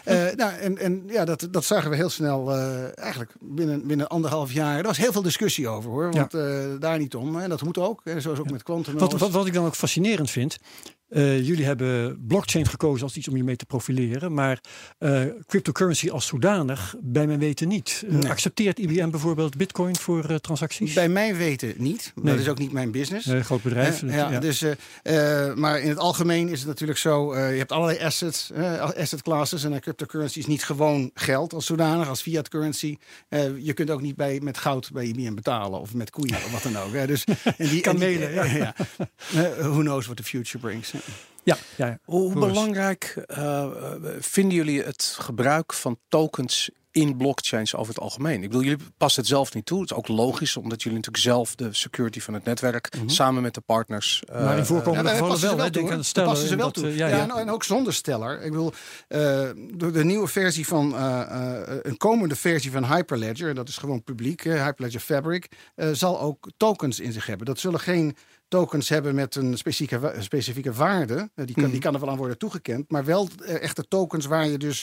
En dat zagen we heel snel. Eigenlijk binnen 1,5 jaar. Er was heel veel discussie over, hoor. Want daar niet om. En dat moet ook. Zoals ook met quantum. Wat ik dan ook fascinerend vind. Jullie hebben blockchain gekozen als iets om je mee te profileren. Maar cryptocurrency als zodanig, bij mijn weten niet. Accepteert IBM bijvoorbeeld bitcoin voor transacties? Bij mijn weten niet. Nee. Dat is ook niet mijn business. Nee, groot bedrijf. Dus, maar in het algemeen is het natuurlijk zo. Je hebt allerlei asset classes. En cryptocurrency is niet gewoon geld als zodanig, als fiat currency. Je kunt ook niet met goud bij IBM betalen. Of met koeien of wat dan ook. Dus, kamelen. Who knows what the future brings. Ja. Hoe belangrijk vinden jullie het gebruik van tokens in blockchains over het algemeen? Ik bedoel, jullie passen het zelf niet toe. Het is ook logisch, omdat jullie natuurlijk zelf de security van het netwerk samen met de partners. Maar in voorkomende gevallen wel. Denk aan het stellen. Passen ze wel toe. En ook zonder steller. Ik bedoel, de nieuwe versie van een komende versie van Hyperledger, dat is gewoon publiek, Hyperledger Fabric, zal ook tokens in zich hebben. Dat zullen geen tokens hebben met een specifieke waarde. Die kan er wel aan worden toegekend. Maar wel echte tokens waar je dus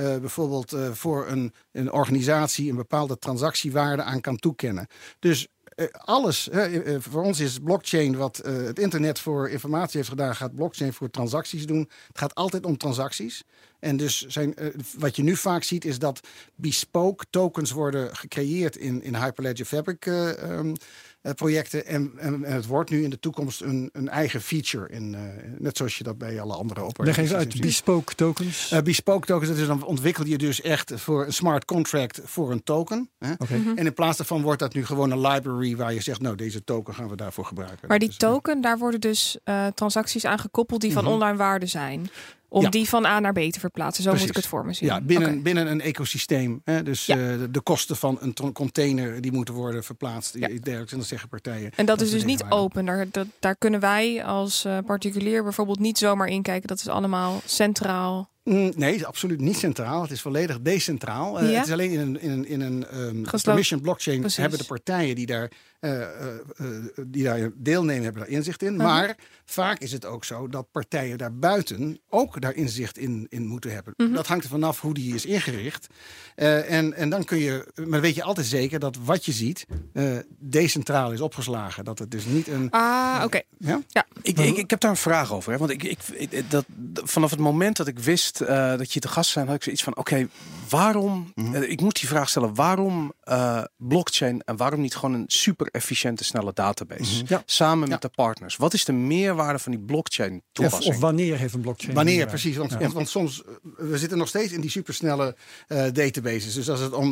bijvoorbeeld voor een organisatie een bepaalde transactiewaarde aan kan toekennen. Dus alles, voor ons is blockchain wat het internet voor informatie heeft gedaan, gaat blockchain voor transacties doen. Het gaat altijd om transacties. En dus wat je nu vaak ziet is dat bespoke tokens worden gecreëerd in Hyperledger Fabric projecten. En het wordt nu in de toekomst een eigen feature. Net zoals je dat bij alle andere operaties. Leg even uit, bespoke tokens. Bespoke tokens, dat is dan ontwikkel je dus echt voor een smart contract voor een token. Hè? Okay. En in plaats daarvan wordt dat nu gewoon een library waar je zegt, nou, deze token gaan we daarvoor gebruiken. Maar die token, daar worden dus transacties aan gekoppeld die van online waarde zijn. Om die van A naar B te verplaatsen. Zo moet ik het voor me zien. Ja, binnen een ecosysteem. Hè? Dus de kosten van een container die moeten worden verplaatst. Ja. En dat zeggen partijen. En dat is dus niet open. Daar kunnen wij als particulier bijvoorbeeld niet zomaar inkijken. Dat is allemaal centraal. Nee, absoluut niet centraal. Het is volledig decentraal. Het is alleen in een permission blockchain hebben de partijen die daar deelnemen, hebben daar inzicht in. Maar vaak is het ook zo dat partijen daarbuiten ook daar inzicht in moeten hebben. Dat hangt er vanaf hoe die is ingericht. En dan kun je, maar weet je altijd zeker dat wat je ziet decentraal is opgeslagen. Dat het dus niet een... oké. Ja? Ja. Ik heb daar een vraag over. Hè? Want vanaf het moment dat ik wist dat je te gast zijn, had ik zoiets van, oké, waarom... ik moet die vraag stellen, waarom blockchain en waarom niet gewoon een super efficiënte, snelle database? Samen met de partners. Wat is de meerwaarde van die blockchain toepassing? Of wanneer heeft een blockchain? Wanneer, precies. Want soms, we zitten nog steeds in die supersnelle databases. Dus als het om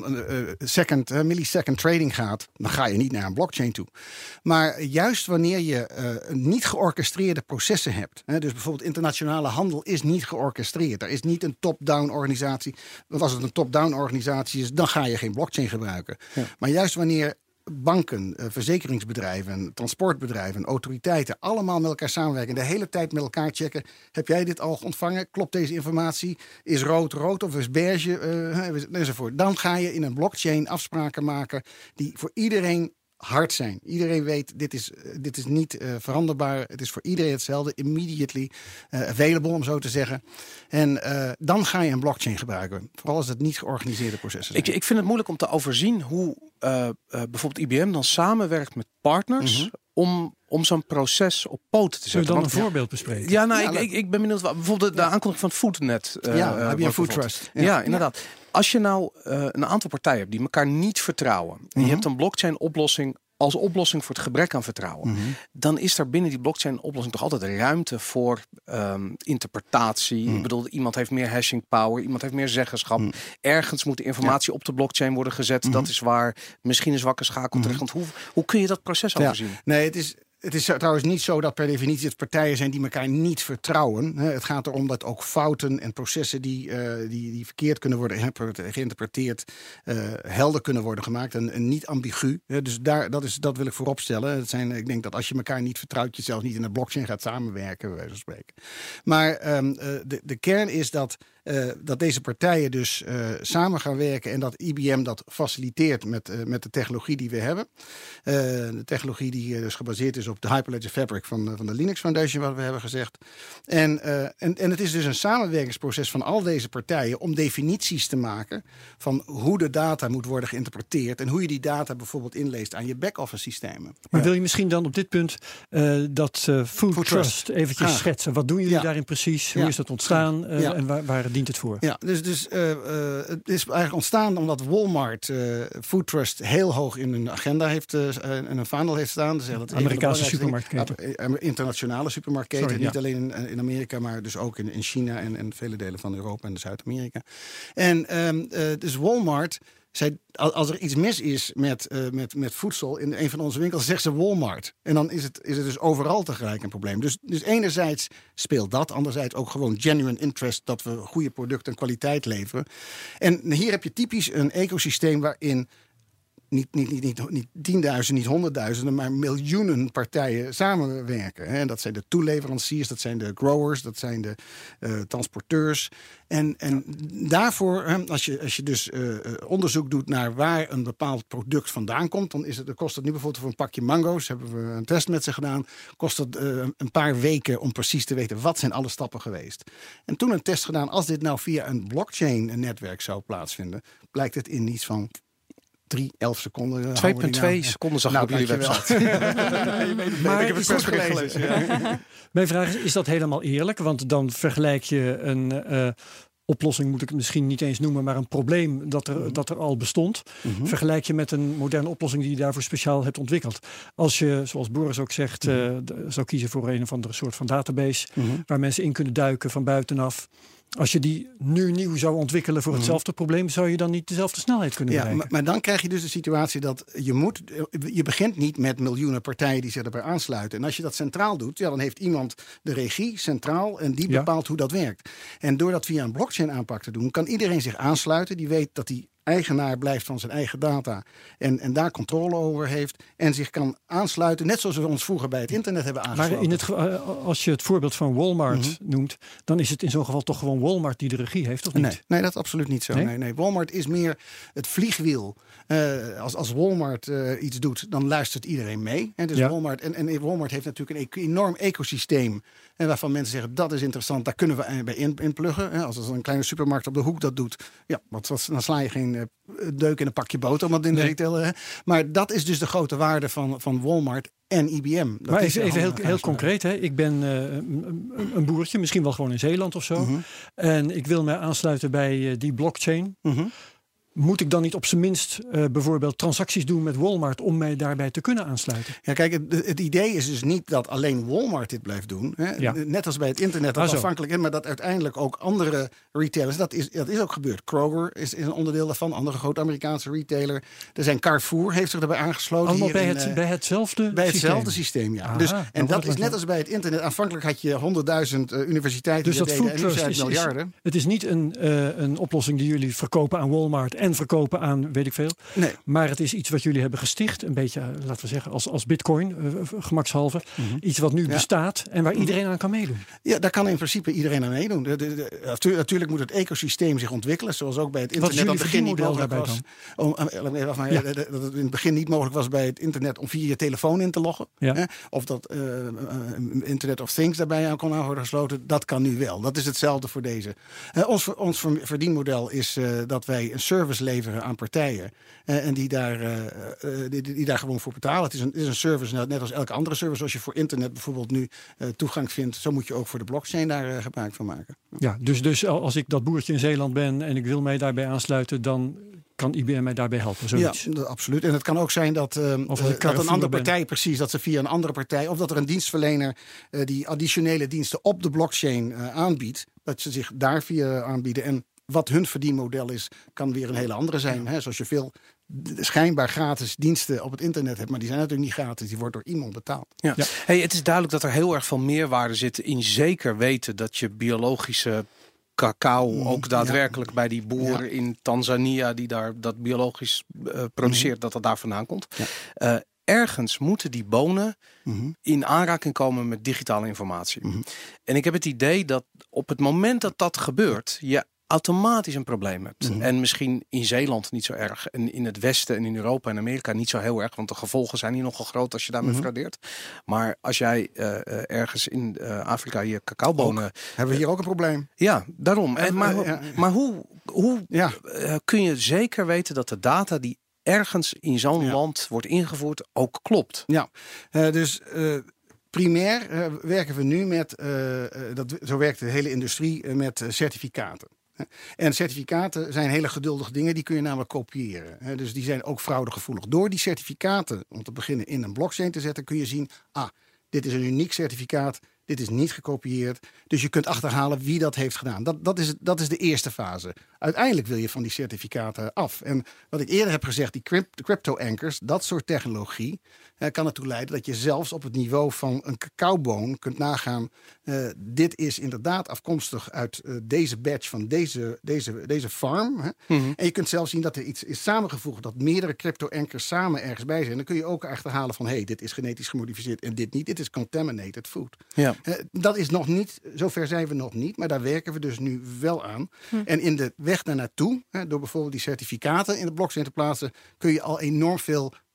millisecond trading gaat, dan ga je niet naar een blockchain toe. Maar juist wanneer je niet georchestreerde processen hebt. Dus bijvoorbeeld internationale handel is niet georchestreerd. Er is niet een top-down organisatie. Want als het een top-down organisatie is, dan ga je geen blockchain gebruiken. Ja. Maar juist wanneer banken, verzekeringsbedrijven, transportbedrijven, autoriteiten allemaal met elkaar samenwerken. De hele tijd met elkaar checken. Heb jij dit al ontvangen? Klopt deze informatie? Is rood of is beige? Enzovoort. Dan ga je in een blockchain afspraken maken die voor iedereen hard zijn. Iedereen weet, dit is niet veranderbaar. Het is voor iedereen hetzelfde. Immediately available, om zo te zeggen. En dan ga je een blockchain gebruiken. Vooral als het niet georganiseerde processen zijn. Ik vind het moeilijk om te overzien hoe bijvoorbeeld IBM dan samenwerkt met partners om zo'n proces op poten te zetten. Zullen we dan een voorbeeld bespreken? Ja, ik ben benieuwd. Bijvoorbeeld de aankondiging van het Foodnet. IBM Food Trust. Ja, inderdaad. Als je nou een aantal partijen hebt die elkaar niet vertrouwen. En je hebt een blockchain oplossing als oplossing voor het gebrek aan vertrouwen. Dan is er binnen die blockchain oplossing toch altijd ruimte voor interpretatie. Ik bedoel, iemand heeft meer hashing power. Iemand heeft meer zeggenschap. Ergens moet de informatie op de blockchain worden gezet. Dat is waar misschien een zwakke schakel terecht. Want hoe kun je dat proces overzien? Nee, het is trouwens niet zo dat per definitie het partijen zijn die elkaar niet vertrouwen. Het gaat erom dat ook fouten en processen die verkeerd kunnen worden geïnterpreteerd, helder kunnen worden gemaakt en niet ambigu. Dus dat wil ik voorop stellen. Ik denk dat als je elkaar niet vertrouwt, je zelfs niet in een blockchain gaat samenwerken, bij wijze van spreken. Maar de kern is dat deze partijen dus samen gaan werken en dat IBM dat faciliteert met de technologie die we hebben. De technologie die dus gebaseerd is op de Hyperledger Fabric van de Linux Foundation, wat we hebben gezegd. En het is dus een samenwerkingsproces van al deze partijen om definities te maken van hoe de data moet worden geïnterpreteerd en hoe je die data bijvoorbeeld inleest aan je back-office systemen. Maar wil je misschien dan op dit punt dat Food Trust eventjes schetsen? Wat doen jullie daarin precies? Hoe is dat ontstaan en waar dient het voor? Ja, dus het is eigenlijk ontstaan omdat Walmart Food Trust heel hoog in hun agenda heeft en een vaandel heeft staan. Dus dat Amerikaanse supermarktketen. Internationale supermarktketen. Niet alleen in Amerika, maar dus ook in China en vele delen van Europa en Zuid-Amerika. En dus Walmart zei, als er iets mis is met voedsel in een van onze winkels, zegt ze Walmart. En dan is het dus overal tegelijk een probleem. Dus enerzijds speelt dat, anderzijds ook gewoon genuine interest dat we goede producten en kwaliteit leveren. En hier heb je typisch een ecosysteem waarin niet 10.000, niet 100.000, maar miljoenen partijen samenwerken. En dat zijn de toeleveranciers, dat zijn de growers, dat zijn de transporteurs. En daarvoor, als je dus onderzoek doet naar waar een bepaald product vandaan komt, dan kost het nu bijvoorbeeld voor een pakje mango's, hebben we een test met ze gedaan, kost het een paar weken om precies te weten wat zijn alle stappen geweest. En toen een test gedaan, als dit nou via een blockchain netwerk zou plaatsvinden, blijkt het in iets van 11 seconden. 2,2 seconden zag ik op jullie website. Maar ik heb het persbericht gelezen. Ja. Mijn vraag is dat helemaal eerlijk? Want dan vergelijk je een oplossing, moet ik het misschien niet eens noemen, maar een probleem dat er al bestond. Vergelijk je met een moderne oplossing die je daarvoor speciaal hebt ontwikkeld. Als je, zoals Boris ook zegt, zou kiezen voor een of andere soort van database, waar mensen in kunnen duiken van buitenaf. Als je die nu nieuw zou ontwikkelen voor hetzelfde probleem, zou je dan niet dezelfde snelheid kunnen bereiken? Maar dan krijg je dus de situatie dat je begint niet met miljoenen partijen die zich erbij aansluiten. En als je dat centraal doet, dan heeft iemand de regie centraal en die bepaalt hoe dat werkt. En door dat via een blockchain aanpak te doen, kan iedereen zich aansluiten. Die weet dat hij eigenaar blijft van zijn eigen data en daar controle over heeft en zich kan aansluiten, net zoals we ons vroeger bij het internet hebben aangesloten. Maar als je het voorbeeld van Walmart noemt, dan is het in zo'n geval toch gewoon Walmart die de regie heeft, of niet? Nee, dat is absoluut niet zo. Nee. Walmart is meer het vliegwiel. Als Walmart iets doet, dan luistert iedereen mee. Dus Walmart, en Walmart heeft natuurlijk een enorm ecosysteem waarvan mensen zeggen, dat is interessant, daar kunnen we bij inpluggen. Als een kleine supermarkt op de hoek dat doet, dan sla je geen deuk in een pakje boter. Want in de retail, maar dat is dus de grote waarde van Walmart en IBM. Maar even heel concreet. Hè? Ik ben een boertje, misschien wel gewoon in Zeeland of zo. En ik wil mij aansluiten bij die blockchain. Moet ik dan niet op zijn minst bijvoorbeeld transacties doen met Walmart om mij daarbij te kunnen aansluiten? Ja, kijk, het idee is dus niet dat alleen Walmart dit blijft doen. Hè? Ja. Net als bij het internet, dat afhankelijk is, maar dat uiteindelijk ook andere retailers, dat is ook gebeurd. Kroger is een onderdeel daarvan, andere grote Amerikaanse retailer. Er zijn Carrefour, heeft zich erbij aangesloten. Allemaal bij hetzelfde systeem, ja. Aha, dus, en dat is net als bij het internet. Aanvankelijk had je 100.000 universiteiten dus dat deden, en nu zijn het miljarden. Het is niet een oplossing die jullie verkopen aan Walmart en verkopen aan weet ik veel. Nee. Maar het is iets wat jullie hebben gesticht. Een beetje, laten we zeggen, als bitcoin, gemakshalve. Iets wat nu bestaat en waar iedereen aan kan meedoen. Ja, daar kan in principe iedereen aan meedoen. Natuurlijk moet het ecosysteem zich ontwikkelen. Zoals ook bij het internet aan het begin niet mogelijk was. Dat het in het begin niet mogelijk was bij het internet om via je telefoon in te loggen. Ja. Of dat Internet of Things daarbij aan kon worden gesloten. Dat kan nu wel. Dat is hetzelfde voor deze. Ons verdienmodel is dat wij een service leveren aan partijen en die daar gewoon voor betalen. Het is een service, net als elke andere service. Als je voor internet bijvoorbeeld nu toegang vindt, zo moet je ook voor de blockchain daar gebruik van maken. Ja, dus als ik dat boertje in Zeeland ben en ik wil mij daarbij aansluiten, dan kan IBM mij daarbij helpen? Zoiets. Ja, absoluut. En het kan ook zijn dat een andere partij, precies, dat ze via een andere partij, of dat er een dienstverlener die additionele diensten op de blockchain aanbiedt, dat ze zich daar via aanbieden. En wat hun verdienmodel is, kan weer een hele andere zijn. Hè? Zoals je veel schijnbaar gratis diensten op het internet hebt, maar die zijn natuurlijk niet gratis. Die wordt door iemand betaald. Ja. Ja. Hey, het is duidelijk dat er heel erg veel meerwaarde zit in zeker weten dat je biologische cacao ook daadwerkelijk bij die boer in Tanzania die daar dat biologisch produceert, dat daar vandaan komt. Ja. Ergens moeten die bonen in aanraking komen met digitale informatie. En ik heb het idee dat op het moment dat dat gebeurt, je automatisch een probleem hebt. En misschien in Zeeland niet zo erg. En in het Westen en in Europa en Amerika niet zo heel erg. Want de gevolgen zijn hier nogal groot als je daarmee fraudeert. Maar als jij ergens in Afrika je cacaobonen... Hebben we hier ook een probleem? Ja, daarom. Maar hoe kun je zeker weten dat de data die ergens in zo'n land wordt ingevoerd ook klopt? Ja, dus primair werken we nu met, zo werkt de hele industrie, met certificaten. En certificaten zijn hele geduldige dingen, die kun je namelijk kopiëren. Dus die zijn ook fraudegevoelig. Door die certificaten, om te beginnen, in een blockchain te zetten, kun je zien, dit is een uniek certificaat, dit is niet gekopieerd. Dus je kunt achterhalen wie dat heeft gedaan. Dat is de eerste fase. Uiteindelijk wil je van die certificaten af. En wat ik eerder heb gezegd, die crypto-anchors, dat soort technologie, kan ertoe leiden dat je zelfs op het niveau van een cacaoboon kunt nagaan. Dit is inderdaad afkomstig uit deze batch van deze farm. En je kunt zelfs zien dat er iets is samengevoegd, dat meerdere crypto-anchors samen ergens bij zijn. Dan kun je ook achterhalen van, dit is genetisch gemodificeerd en dit niet. Dit is contaminated food. Ja. Dat is nog niet, zover zijn we nog niet, maar daar werken we dus nu wel aan. En in de weg daar naartoe, door bijvoorbeeld die certificaten in de blockchain te plaatsen, kun je al enorm veel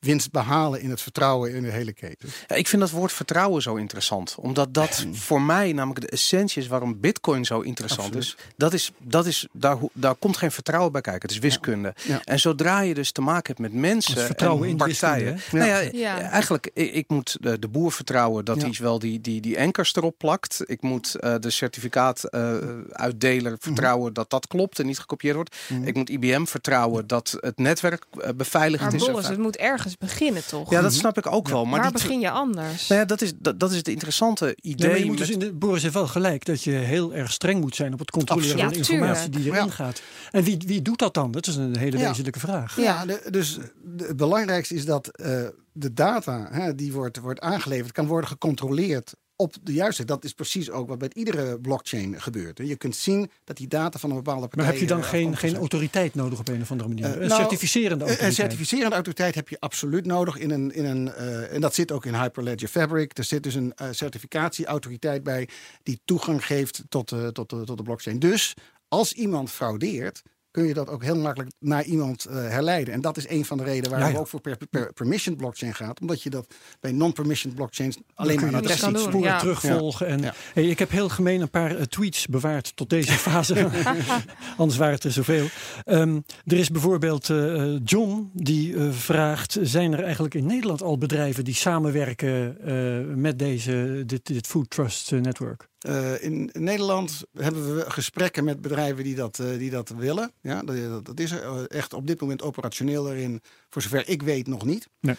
winst behalen in het vertrouwen in de hele keten. Ja, ik vind dat woord vertrouwen zo interessant. Omdat dat voor mij namelijk de essentie is waarom Bitcoin zo interessant is. Daar komt geen vertrouwen bij kijken. Het is wiskunde. Ja. En zodra je dus te maken hebt met mensen en partijen. Eigenlijk, ik moet de boer vertrouwen dat hij wel die ankers erop plakt. Ik moet de certificaatuitdeler vertrouwen dat klopt en niet gekopieerd wordt. Ik moet IBM vertrouwen dat het netwerk beveiligd is. Maar het moet ergens beginnen, toch? Ja, dat snap ik ook wel. Maar waar begin je anders? Nou ja, dat is het interessante idee. Maar je moet dus Boris heeft wel gelijk dat je heel erg streng moet zijn op het controleren van de informatie die erin gaat. En wie doet dat dan? Dat is een hele wezenlijke vraag. Ja, dus het belangrijkste is dat de data die wordt aangeleverd kan worden gecontroleerd op de juiste. Dat is precies ook wat bij iedere blockchain gebeurt. Je kunt zien dat die data van een bepaalde partij... Maar heb je dan geen autoriteit nodig op een of andere manier? Een certificerende autoriteit? Een certificerende autoriteit heb je absoluut nodig. En dat zit ook in Hyperledger Fabric. Er zit dus een certificatieautoriteit bij die toegang geeft tot de blockchain. Dus als iemand fraudeert, kun je dat ook heel makkelijk naar iemand herleiden. En dat is een van de redenen waarom we ook voor permissioned blockchain gaat. Omdat je dat bij non-permissioned blockchains alleen maar een adres ziet. Sporen terugvolgen. En ik heb heel gemeen een paar tweets bewaard tot deze fase. Anders waren het er zoveel. Er is bijvoorbeeld John die vraagt, zijn er eigenlijk in Nederland al bedrijven die samenwerken met dit Food Trust Network? In Nederland hebben we gesprekken met bedrijven die dat willen. Ja, dat is echt op dit moment operationeel erin. Voor zover ik weet nog niet. Nee.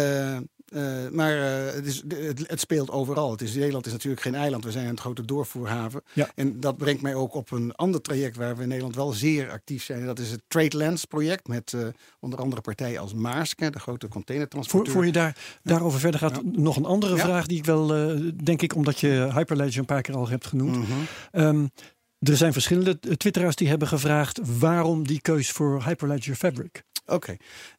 Maar het speelt overal. Nederland is natuurlijk geen eiland. We zijn een grote doorvoerhaven. Ja. En dat brengt mij ook op een ander traject waar we in Nederland wel zeer actief zijn. En dat is het TradeLens project met onder andere partijen als Maersk, de grote containertransporteur. Voor je daarover verder gaat, nog een andere vraag die ik wel, denk ik, omdat je Hyperledger een paar keer al hebt genoemd. Er zijn verschillende twitteraars die hebben gevraagd waarom die keus voor Hyperledger Fabric. Oké.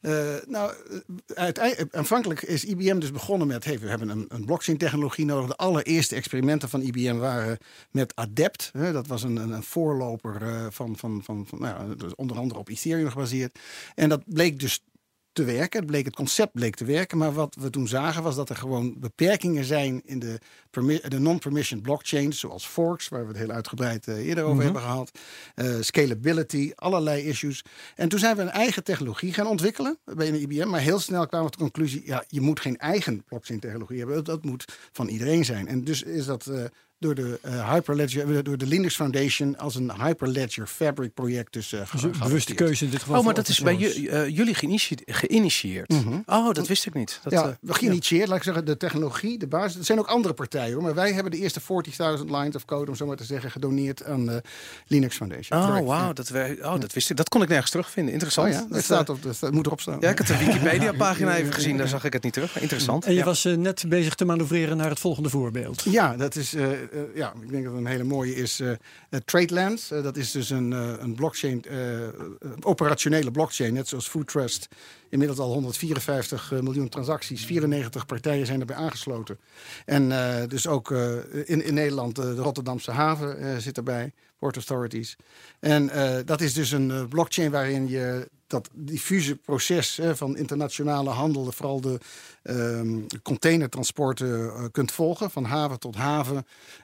Aanvankelijk is IBM dus begonnen met, we hebben een blockchain technologie nodig. De allereerste experimenten van IBM waren met Adept. Dat was een voorloper van onder andere op Ethereum gebaseerd. En dat bleek dus te werken. Het concept bleek te werken. Maar wat we toen zagen was dat er gewoon beperkingen zijn in de non-permissioned blockchains, zoals forks, waar we het heel uitgebreid eerder over hebben gehad. Scalability, allerlei issues. En toen zijn we een eigen technologie gaan ontwikkelen bij IBM. Maar heel snel kwamen we tot de conclusie, je moet geen eigen blockchain technologie hebben. Dat moet van iedereen zijn. En dus is dat door de Hyperledger, door de Linux Foundation als een Hyperledger Fabric project dus bewuste keuze in dit geval. Maar dat is bij jullie geïnitieerd. Dat wist ik niet. Geïnitieerd, laat ik zeggen, de technologie, de basis. Er zijn ook andere partijen, hoor, maar wij hebben de eerste 40.000 lines of code, om zo maar te zeggen, gedoneerd aan de Linux Foundation. Dat wist ik. Dat kon ik nergens terugvinden. Interessant. Dat moet erop staan. Ja, ik had de Wikipedia-pagina even gezien, daar zag ik het niet terug. Interessant. En je was net bezig te manoeuvreren naar het volgende voorbeeld. Ja, dat is ik denk dat een hele mooie is TradeLens. Dat is dus een blockchain, operationele blockchain, net zoals Food Trust. Inmiddels al 154 miljoen transacties. 94 partijen zijn erbij aangesloten. En dus ook in Nederland de Rotterdamse haven zit erbij. Port Authorities. En dat is dus een blockchain waarin je dat diffuse proces van internationale handel, vooral de containertransporten kunt volgen, van haven tot haven.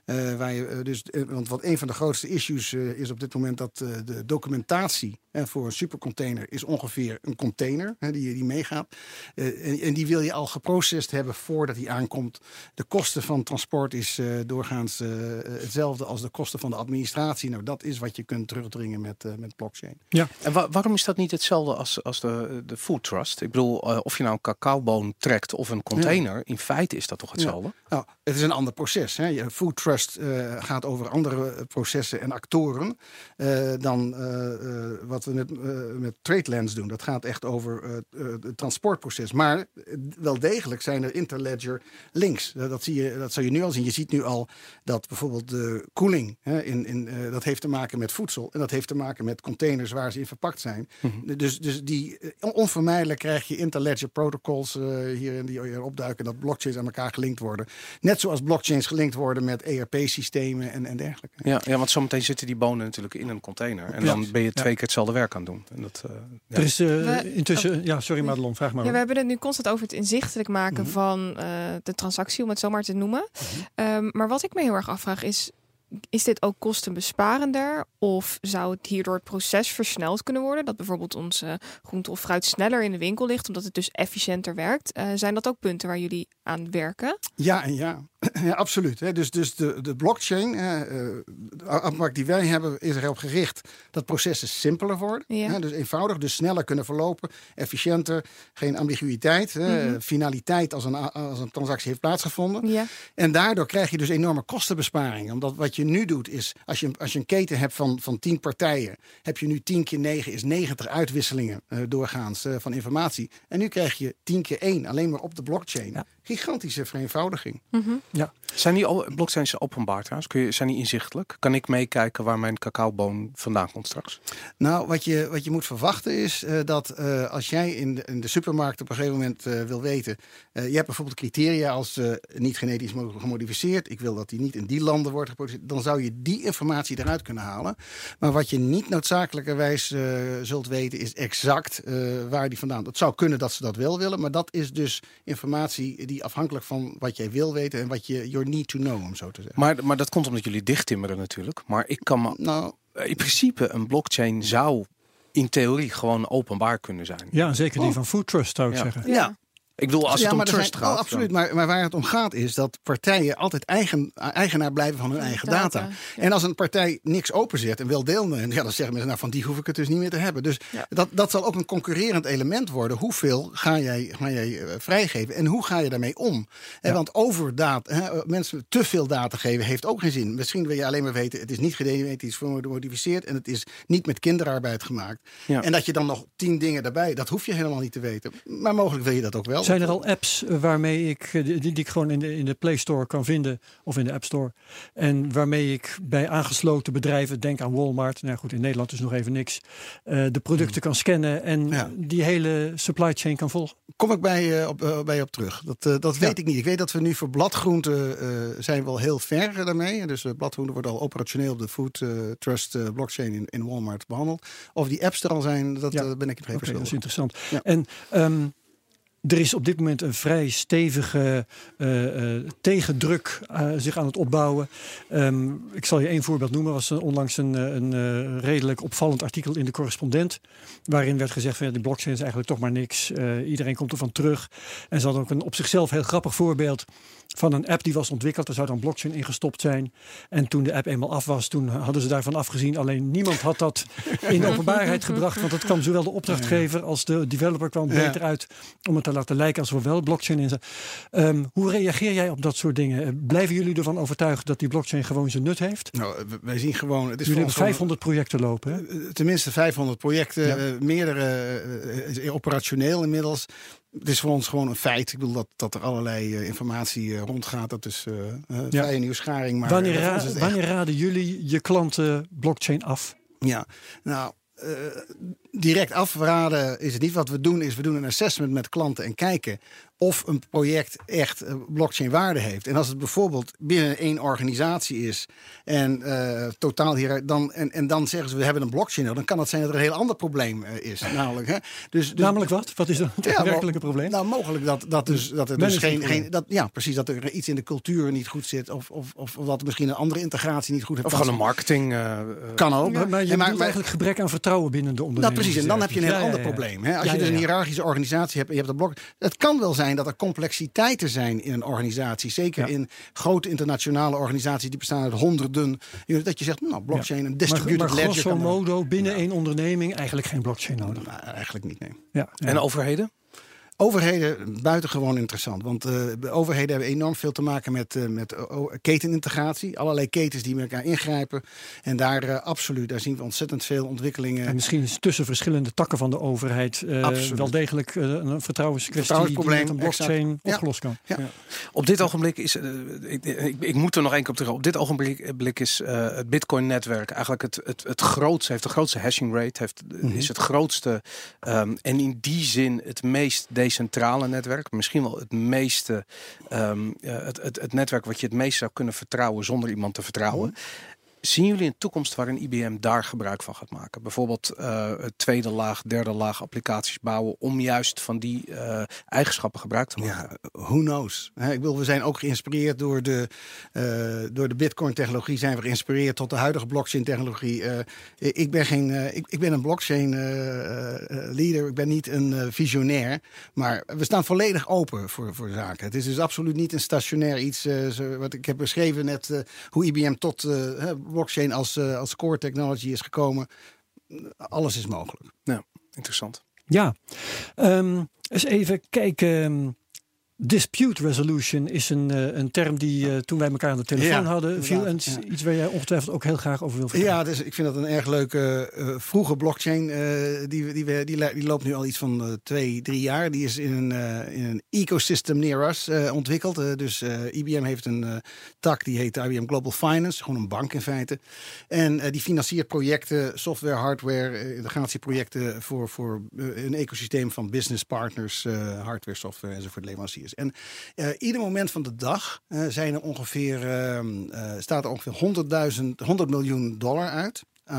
Want wat een van de grootste issues is op dit moment dat de documentatie voor een supercontainer is ongeveer een container die meegaat. En die wil je al geprocessed hebben voordat die aankomt. De kosten van transport is doorgaans hetzelfde als de kosten van de administratie. Nou, dat is wat je kunt terugdringen met blockchain. Ja. En waarom is dat niet hetzelfde als de Food Trust? Ik bedoel, of je nou een cacaoboon trekt of een container, in feite is dat toch hetzelfde? Ja. Nou, het is een ander proces. Food Trust gaat over andere processen en actoren dan wat we met TradeLens doen. Dat gaat echt over het transportproces. Maar wel degelijk zijn er interledger links. Dat zou je nu al zien. Je ziet nu al dat bijvoorbeeld de koeling dat heeft te maken met voedsel. En dat heeft te maken met containers waar ze in verpakt zijn. Dus die onvermijdelijk krijg je interledger protocols hierin die opduiken, dat blockchains aan elkaar gelinkt worden. Net zoals blockchains gelinkt worden met ERP-systemen en dergelijke. Ja, want zometeen zitten die bonen natuurlijk in een container. En dan ben je 2 keer hetzelfde werk aan het doen. En dat, Er is intussen... Ja, sorry Madelon, vraag maar. Ja, we hebben het nu constant over het inzichtelijk maken van de transactie, om het zo maar te noemen. Maar wat ik me heel erg afvraag is dit ook kostenbesparender? Of zou het hierdoor het proces versneld kunnen worden? Dat bijvoorbeeld onze groente of fruit sneller in de winkel ligt, omdat het dus efficiënter werkt. Zijn dat ook punten waar jullie aan werken? Ja en ja. Ja, absoluut. Hè. Dus de blockchain, de afmarkt die wij hebben, is erop gericht dat processen simpeler worden. Ja. Hè, dus eenvoudig, dus sneller kunnen verlopen, efficiënter, geen ambiguïteit, finaliteit als een transactie heeft plaatsgevonden. Ja. En daardoor krijg je dus enorme kostenbesparingen. Omdat wat je nu doet is, als je een keten hebt van 10 partijen, heb je nu 10 keer 9 is 90 uitwisselingen doorgaans van informatie. En nu krijg je 10 keer 1 alleen maar op de blockchain. Ja. Gigantische vereenvoudiging. Ja. Zijn die blockchains openbaar trouwens? Zijn die inzichtelijk? Kan ik meekijken waar mijn cacaoboon vandaan komt straks? Nou, wat je moet verwachten is dat als jij in de supermarkt op een gegeven moment wil weten, je hebt bijvoorbeeld criteria als niet genetisch gemodificeerd, ik wil dat die niet in die landen wordt geproduceerd, dan zou je die informatie eruit kunnen halen. Maar wat je niet noodzakelijkerwijs zult weten is exact waar die vandaan. Het zou kunnen dat ze dat wel willen, maar dat is dus informatie die afhankelijk van wat jij wil weten en wat je your need to know, om zo te zeggen. Maar dat komt omdat jullie dichttimmeren natuurlijk. Maar ik kan me in principe een blockchain zou in theorie gewoon openbaar kunnen zijn. Ja, zeker die van Food Trust zou ik zeggen. Ja. Ik bedoel, als het om trust gaat. Absoluut, maar waar het om gaat is dat partijen altijd eigenaar blijven van hun eigen data. Ja. En als een partij niks openzet en wil deelnemen, dan zeggen mensen, nou, van die hoef ik het dus niet meer te hebben. Dus dat zal ook een concurrerend element worden. Hoeveel ga jij vrijgeven en hoe ga je daarmee om? Ja. Want over mensen te veel data geven heeft ook geen zin. Misschien wil je alleen maar weten, het is niet genetisch gemodificeerd en het is niet met kinderarbeid gemaakt. Ja. En dat je dan nog 10 dingen daarbij, dat hoef je helemaal niet te weten. Maar mogelijk wil je dat ook wel. Zijn er al apps waarmee die ik gewoon in de Play Store kan vinden of in de App Store en waarmee ik bij aangesloten bedrijven, denk aan Walmart, nou goed, in Nederland is nog even niks, de producten kan scannen en die hele supply chain kan volgen? Kom ik bij je op terug. Dat weet ik niet. Ik weet dat we nu voor bladgroenten zijn wel heel ver daarmee. Dus bladgroenten worden al operationeel op de Food Trust blockchain in Walmart behandeld. Of die apps er al zijn, dat ben ik even dat is interessant. Ja. En er is op dit moment een vrij stevige tegendruk zich aan het opbouwen. Ik zal je 1 voorbeeld noemen. Er was onlangs een redelijk opvallend artikel in de Correspondent, waarin werd gezegd van die blockchain is eigenlijk toch maar niks. Iedereen komt ervan terug. En ze hadden ook een op zichzelf heel grappig voorbeeld van een app die was ontwikkeld. Er zou dan blockchain ingestopt zijn. En toen de app eenmaal af was, toen hadden ze daarvan afgezien. Alleen niemand had dat in openbaarheid gebracht. Want het kwam zowel de opdrachtgever als de developer kwam beter uit om het te laten lijken als er wel blockchain in zat. Hoe reageer jij op dat soort dingen? Blijven jullie ervan overtuigd dat die blockchain gewoon zijn nut heeft? Nou, wij zien gewoon. Het is jullie hebben 500 projecten lopen, hè? Tenminste 500 projecten. Meerdere operationeel inmiddels. Het is voor ons gewoon een feit. Ik bedoel dat er allerlei informatie rondgaat. Dat is vrije nieuwsgaring. Maar wanneer raden jullie je klanten blockchain af? Ja, nou, direct afraden is het niet. Wat we doen is, we doen een assessment met klanten en kijken of een project echt blockchain waarde heeft. En als het bijvoorbeeld binnen 1 organisatie is en totaal hier dan zeggen ze we hebben een blockchain, dan kan het zijn dat er een heel ander probleem is. Namelijk, hè? Dus namelijk wat? Wat is dan het werkelijke probleem? Nou, mogelijk dat er dus precies dat er iets in de cultuur niet goed zit of dat er misschien een andere integratie niet goed heeft. Of gewoon een marketing kan ook. Ja. Maar je bedoelt eigenlijk gebrek aan vertrouwen binnen de onderneming. Nou, precies. En dan heb je een heel ander probleem. Hè? Als je dus een hiërarchische organisatie hebt en je hebt een blok. Het kan wel zijn dat er complexiteiten zijn in een organisatie. Zeker in grote internationale organisaties die bestaan uit honderden. Dat je zegt, nou, blockchain, een distributed ledger. Maar grosso modo binnen 1 onderneming eigenlijk geen blockchain nodig. Nou, eigenlijk niet, nee. Ja. En overheden? Overheden buitengewoon interessant. Want de overheden hebben enorm veel te maken met ketenintegratie. Allerlei ketens die met elkaar ingrijpen. En daar zien we ontzettend veel ontwikkelingen. En misschien is tussen verschillende takken van de overheid wel degelijk een vertrouwenskwestie die met een blockchain opgelost kan. Ja. Ja. Op dit ogenblik is, ik moet er nog 1 keer op terug. Op dit ogenblik is het Bitcoin-netwerk eigenlijk het grootste, heeft de grootste hashing rate, is het grootste en in die zin het meest decentrale netwerk. Misschien wel het meeste, het netwerk wat je het meest zou kunnen vertrouwen zonder iemand te vertrouwen. Zien jullie een toekomst waarin IBM daar gebruik van gaat maken? Bijvoorbeeld tweede laag, derde laag applicaties bouwen om juist van die eigenschappen gebruik te maken? Ja, who knows? Ik bedoel, we zijn ook geïnspireerd door de Bitcoin-technologie. Zijn we geïnspireerd tot de huidige blockchain-technologie. Ik ben een blockchain-leader. Ik ben niet een visionair. Maar we staan volledig open voor zaken. Het is dus absoluut niet een stationair iets. Wat ik heb beschreven net, hoe IBM tot blockchain als core technology is gekomen. Alles is mogelijk. Ja, interessant. Ja, eens even kijken. Dispute resolution is een term die toen wij elkaar aan de telefoon hadden viel. En iets waar jij ongetwijfeld ook heel graag over wil vertellen. Ja, dus ik vind dat een erg leuke vroege blockchain. Die loopt nu al iets van 2-3 jaar. Die is in een ecosystem near us ontwikkeld. Dus IBM heeft een tak die heet IBM Global Finance. Gewoon een bank in feite. En die financiert projecten, software, hardware, integratieprojecten voor een ecosysteem van business partners, hardware, software enzovoort, leveranciers. En ieder moment van de dag staat er ongeveer $100 miljoen uit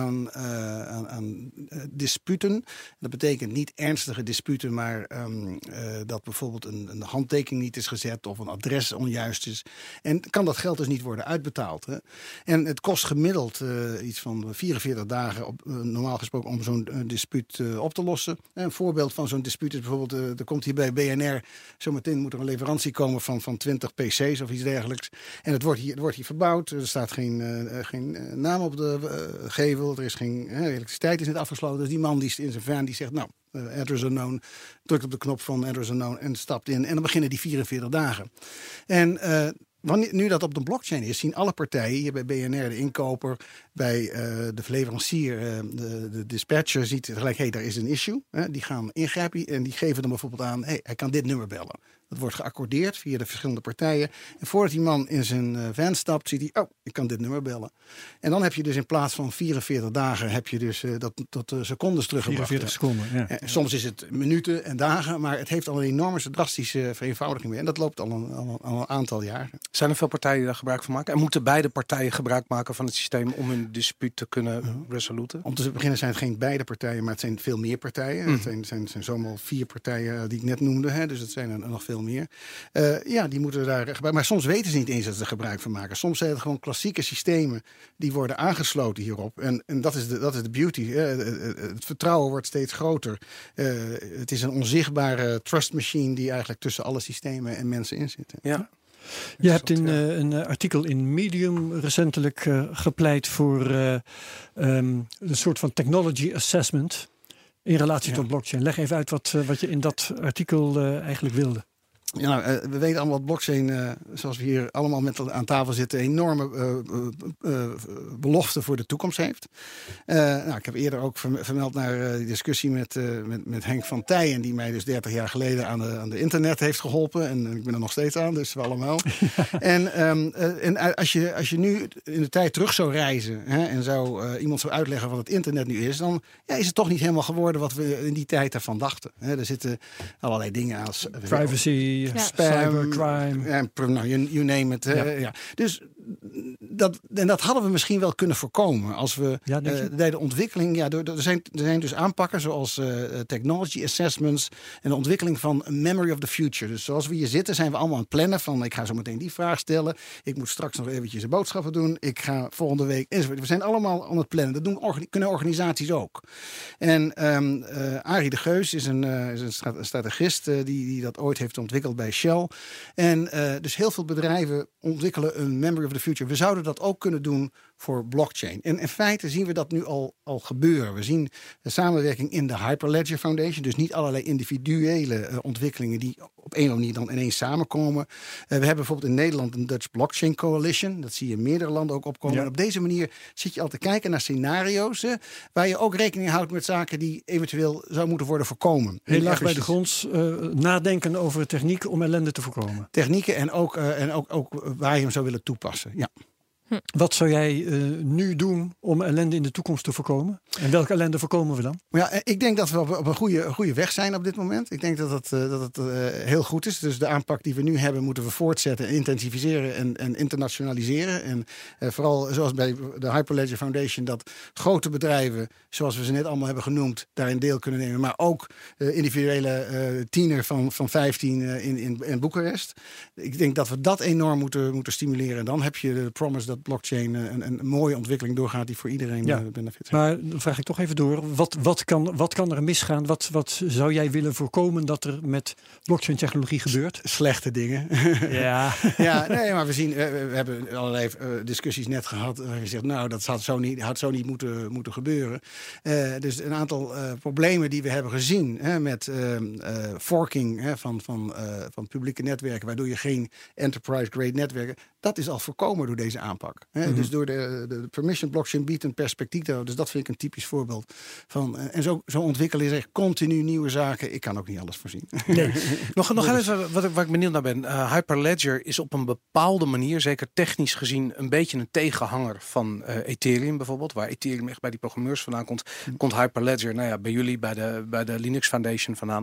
aan disputen. Dat betekent niet ernstige disputen, maar dat bijvoorbeeld een handtekening niet is gezet of een adres onjuist is. En kan dat geld dus niet worden uitbetaald. Hè? En het kost gemiddeld iets van 44 dagen normaal gesproken om zo'n dispuut op te lossen. Een voorbeeld van zo'n dispuut is bijvoorbeeld, er komt hier bij BNR, zometeen moet er een leverantie komen van 20 PC's of iets dergelijks. En het wordt hier verbouwd. Er staat geen naam op de gevel. Er is geen elektriciteit is net afgesloten. Dus die man die in zijn van die zegt, nou, address unknown, drukt op de knop van address unknown en stapt in. En dan beginnen die 44 dagen. En nu dat op de blockchain is, zien alle partijen, hier bij BNR de inkoper, bij de leverancier, de dispatcher, ziet gelijk, daar is een issue. Die gaan ingrijpen en die geven dan bijvoorbeeld aan, hij kan dit nummer bellen. Dat wordt geaccordeerd via de verschillende partijen. En voordat die man in zijn van stapt, ziet hij, ik kan dit nummer bellen. En dan heb je dus in plaats van 44 dagen, heb je dus dat tot secondes teruggebracht. 44 seconden, ja. Soms is het minuten en dagen, maar het heeft al een enorme drastische vereenvoudiging mee. En dat loopt al een aantal jaren. Zijn er veel partijen die daar gebruik van maken? En moeten beide partijen gebruik maken van het systeem om hun dispuut te kunnen resoluten? Om te beginnen zijn het geen beide partijen, maar het zijn veel meer partijen. Het zijn zomaar 4 partijen die ik net noemde. Hè, dus het zijn er nog veel meer. Die moeten daar gebruiken. Maar soms weten ze niet eens dat ze er gebruik van maken. Soms zijn het gewoon klassieke systemen die worden aangesloten hierop. En dat is de beauty. Het vertrouwen wordt steeds groter. Het is een onzichtbare trust machine die eigenlijk tussen alle systemen en mensen in zit. Ja. Je hebt in een artikel in Medium recentelijk gepleit voor een soort van technology assessment in relatie tot blockchain. Leg even uit wat je in dat artikel eigenlijk wilde. Ja, we weten allemaal dat blockchain, zoals we hier allemaal met aan tafel zitten, enorme belofte voor de toekomst heeft. Ik heb eerder ook vermeld naar die discussie met Henk van Tijen, die mij dus 30 jaar geleden aan de internet heeft geholpen. En ik ben er nog steeds aan, dus we allemaal. En als je nu in de tijd terug zou reizen en iemand zou uitleggen wat het internet nu is, dan is het toch niet helemaal geworden wat we in die tijd daarvan dachten. Er zitten allerlei dingen als privacy, spam, cybercrime. You name it. Ja. Dus dat hadden we misschien wel kunnen voorkomen als we bij de ontwikkeling. Ja, er zijn dus aanpakken zoals technology assessments en de ontwikkeling van memory of the future. Dus zoals we hier zitten, zijn we allemaal aan het plannen van ik ga zo meteen die vraag stellen. Ik moet straks nog eventjes de boodschappen doen. Ik ga volgende week enzovoort. We zijn allemaal aan het plannen. Dat kunnen organisaties ook. En Arie de Geus is een strategist die dat ooit heeft ontwikkeld bij Shell. En dus heel veel bedrijven ontwikkelen een memory of the future. We zouden dat ook kunnen doen voor blockchain. En in feite zien we dat nu al gebeuren. We zien de samenwerking in de Hyperledger Foundation. Dus niet allerlei individuele ontwikkelingen die op een of andere manier dan ineens samenkomen. We hebben bijvoorbeeld in Nederland een Dutch Blockchain Coalition. Dat zie je in meerdere landen ook opkomen. Ja. En op deze manier zit je al te kijken naar scenario's waar je ook rekening houdt met zaken die eventueel zou moeten worden voorkomen. Heel laag bij de grond nadenken over technieken om ellende te voorkomen. Technieken en ook waar je hem zou willen toepassen. Ja. Wat zou jij nu doen om ellende in de toekomst te voorkomen? En welke ellende voorkomen we dan? Ja, ik denk dat we op een goede weg zijn op dit moment. Ik denk dat het heel goed is. Dus de aanpak die we nu hebben moeten we voortzetten, intensificeren en internationaliseren. En vooral zoals bij de Hyperledger Foundation, dat grote bedrijven, zoals we ze net allemaal hebben genoemd, daarin deel kunnen nemen. Maar ook individuele tiener van 15 in Boekarest. Ik denk dat we dat enorm moeten stimuleren. En dan heb je de promise dat blockchain een mooie ontwikkeling doorgaat die voor iedereen benefit heeft. Maar dan vraag ik toch even door. Wat kan er misgaan? Wat zou jij willen voorkomen dat er met blockchain technologie gebeurt? Slechte dingen. Ja. Nee, maar we hebben allerlei discussies net gehad waar je zegt, nou, dat had zo niet moeten gebeuren. Dus een aantal problemen die we hebben gezien met forking van publieke netwerken, waardoor je geen enterprise-grade netwerken, dat is al voorkomen door deze aanpak. Dus door de permission blockchain biedt een perspectief. Dus dat vind ik een typisch voorbeeld van. En zo ontwikkelen zich continu nieuwe zaken. Ik kan ook niet alles voorzien. Nee. nog even waar ik benieuwd naar ben. Hyperledger is op een bepaalde manier, zeker technisch gezien, een beetje een tegenhanger van Ethereum bijvoorbeeld. Waar Ethereum echt bij die programmeurs vandaan komt Hyperledger, bij jullie bij de Linux Foundation vandaan.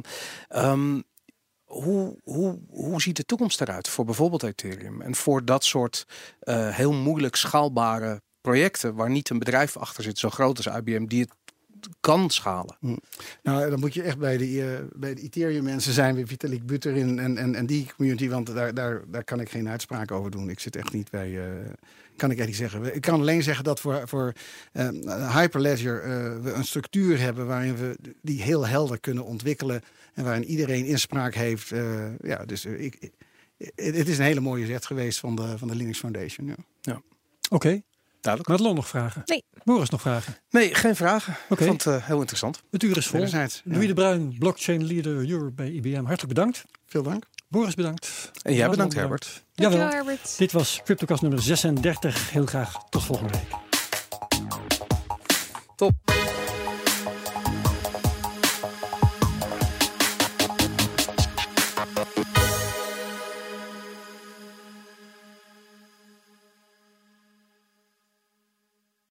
Hoe ziet de toekomst eruit voor bijvoorbeeld Ethereum en voor dat soort heel moeilijk schaalbare projecten waar niet een bedrijf achter zit, zo groot als IBM, die het kan schalen? Nou, dan moet je echt bij de Ethereum mensen zijn, bij Vitalik Buterin en die community, want daar kan ik geen uitspraak over doen. Ik zit echt niet bij. Kan ik echt niet zeggen. Ik kan alleen zeggen dat voor Hyperledger we een structuur hebben waarin we die heel helder kunnen ontwikkelen en waarin iedereen inspraak heeft. Dus het is een hele mooie zet geweest van de Linux Foundation. Ja. Oké. Duidelijk. Madelon nog vragen? Nee. Boris nog vragen? Nee, geen vragen. Okay. Ik vond het heel interessant. Het uur is vol. Louis de Bruin, blockchain leader Europe bij IBM. Hartelijk bedankt. Veel dank. Boris bedankt. En jij bedankt, Herbert. Jawel. Herbert. Dit was CryptoCast nummer 36. Heel graag tot volgende week. Top.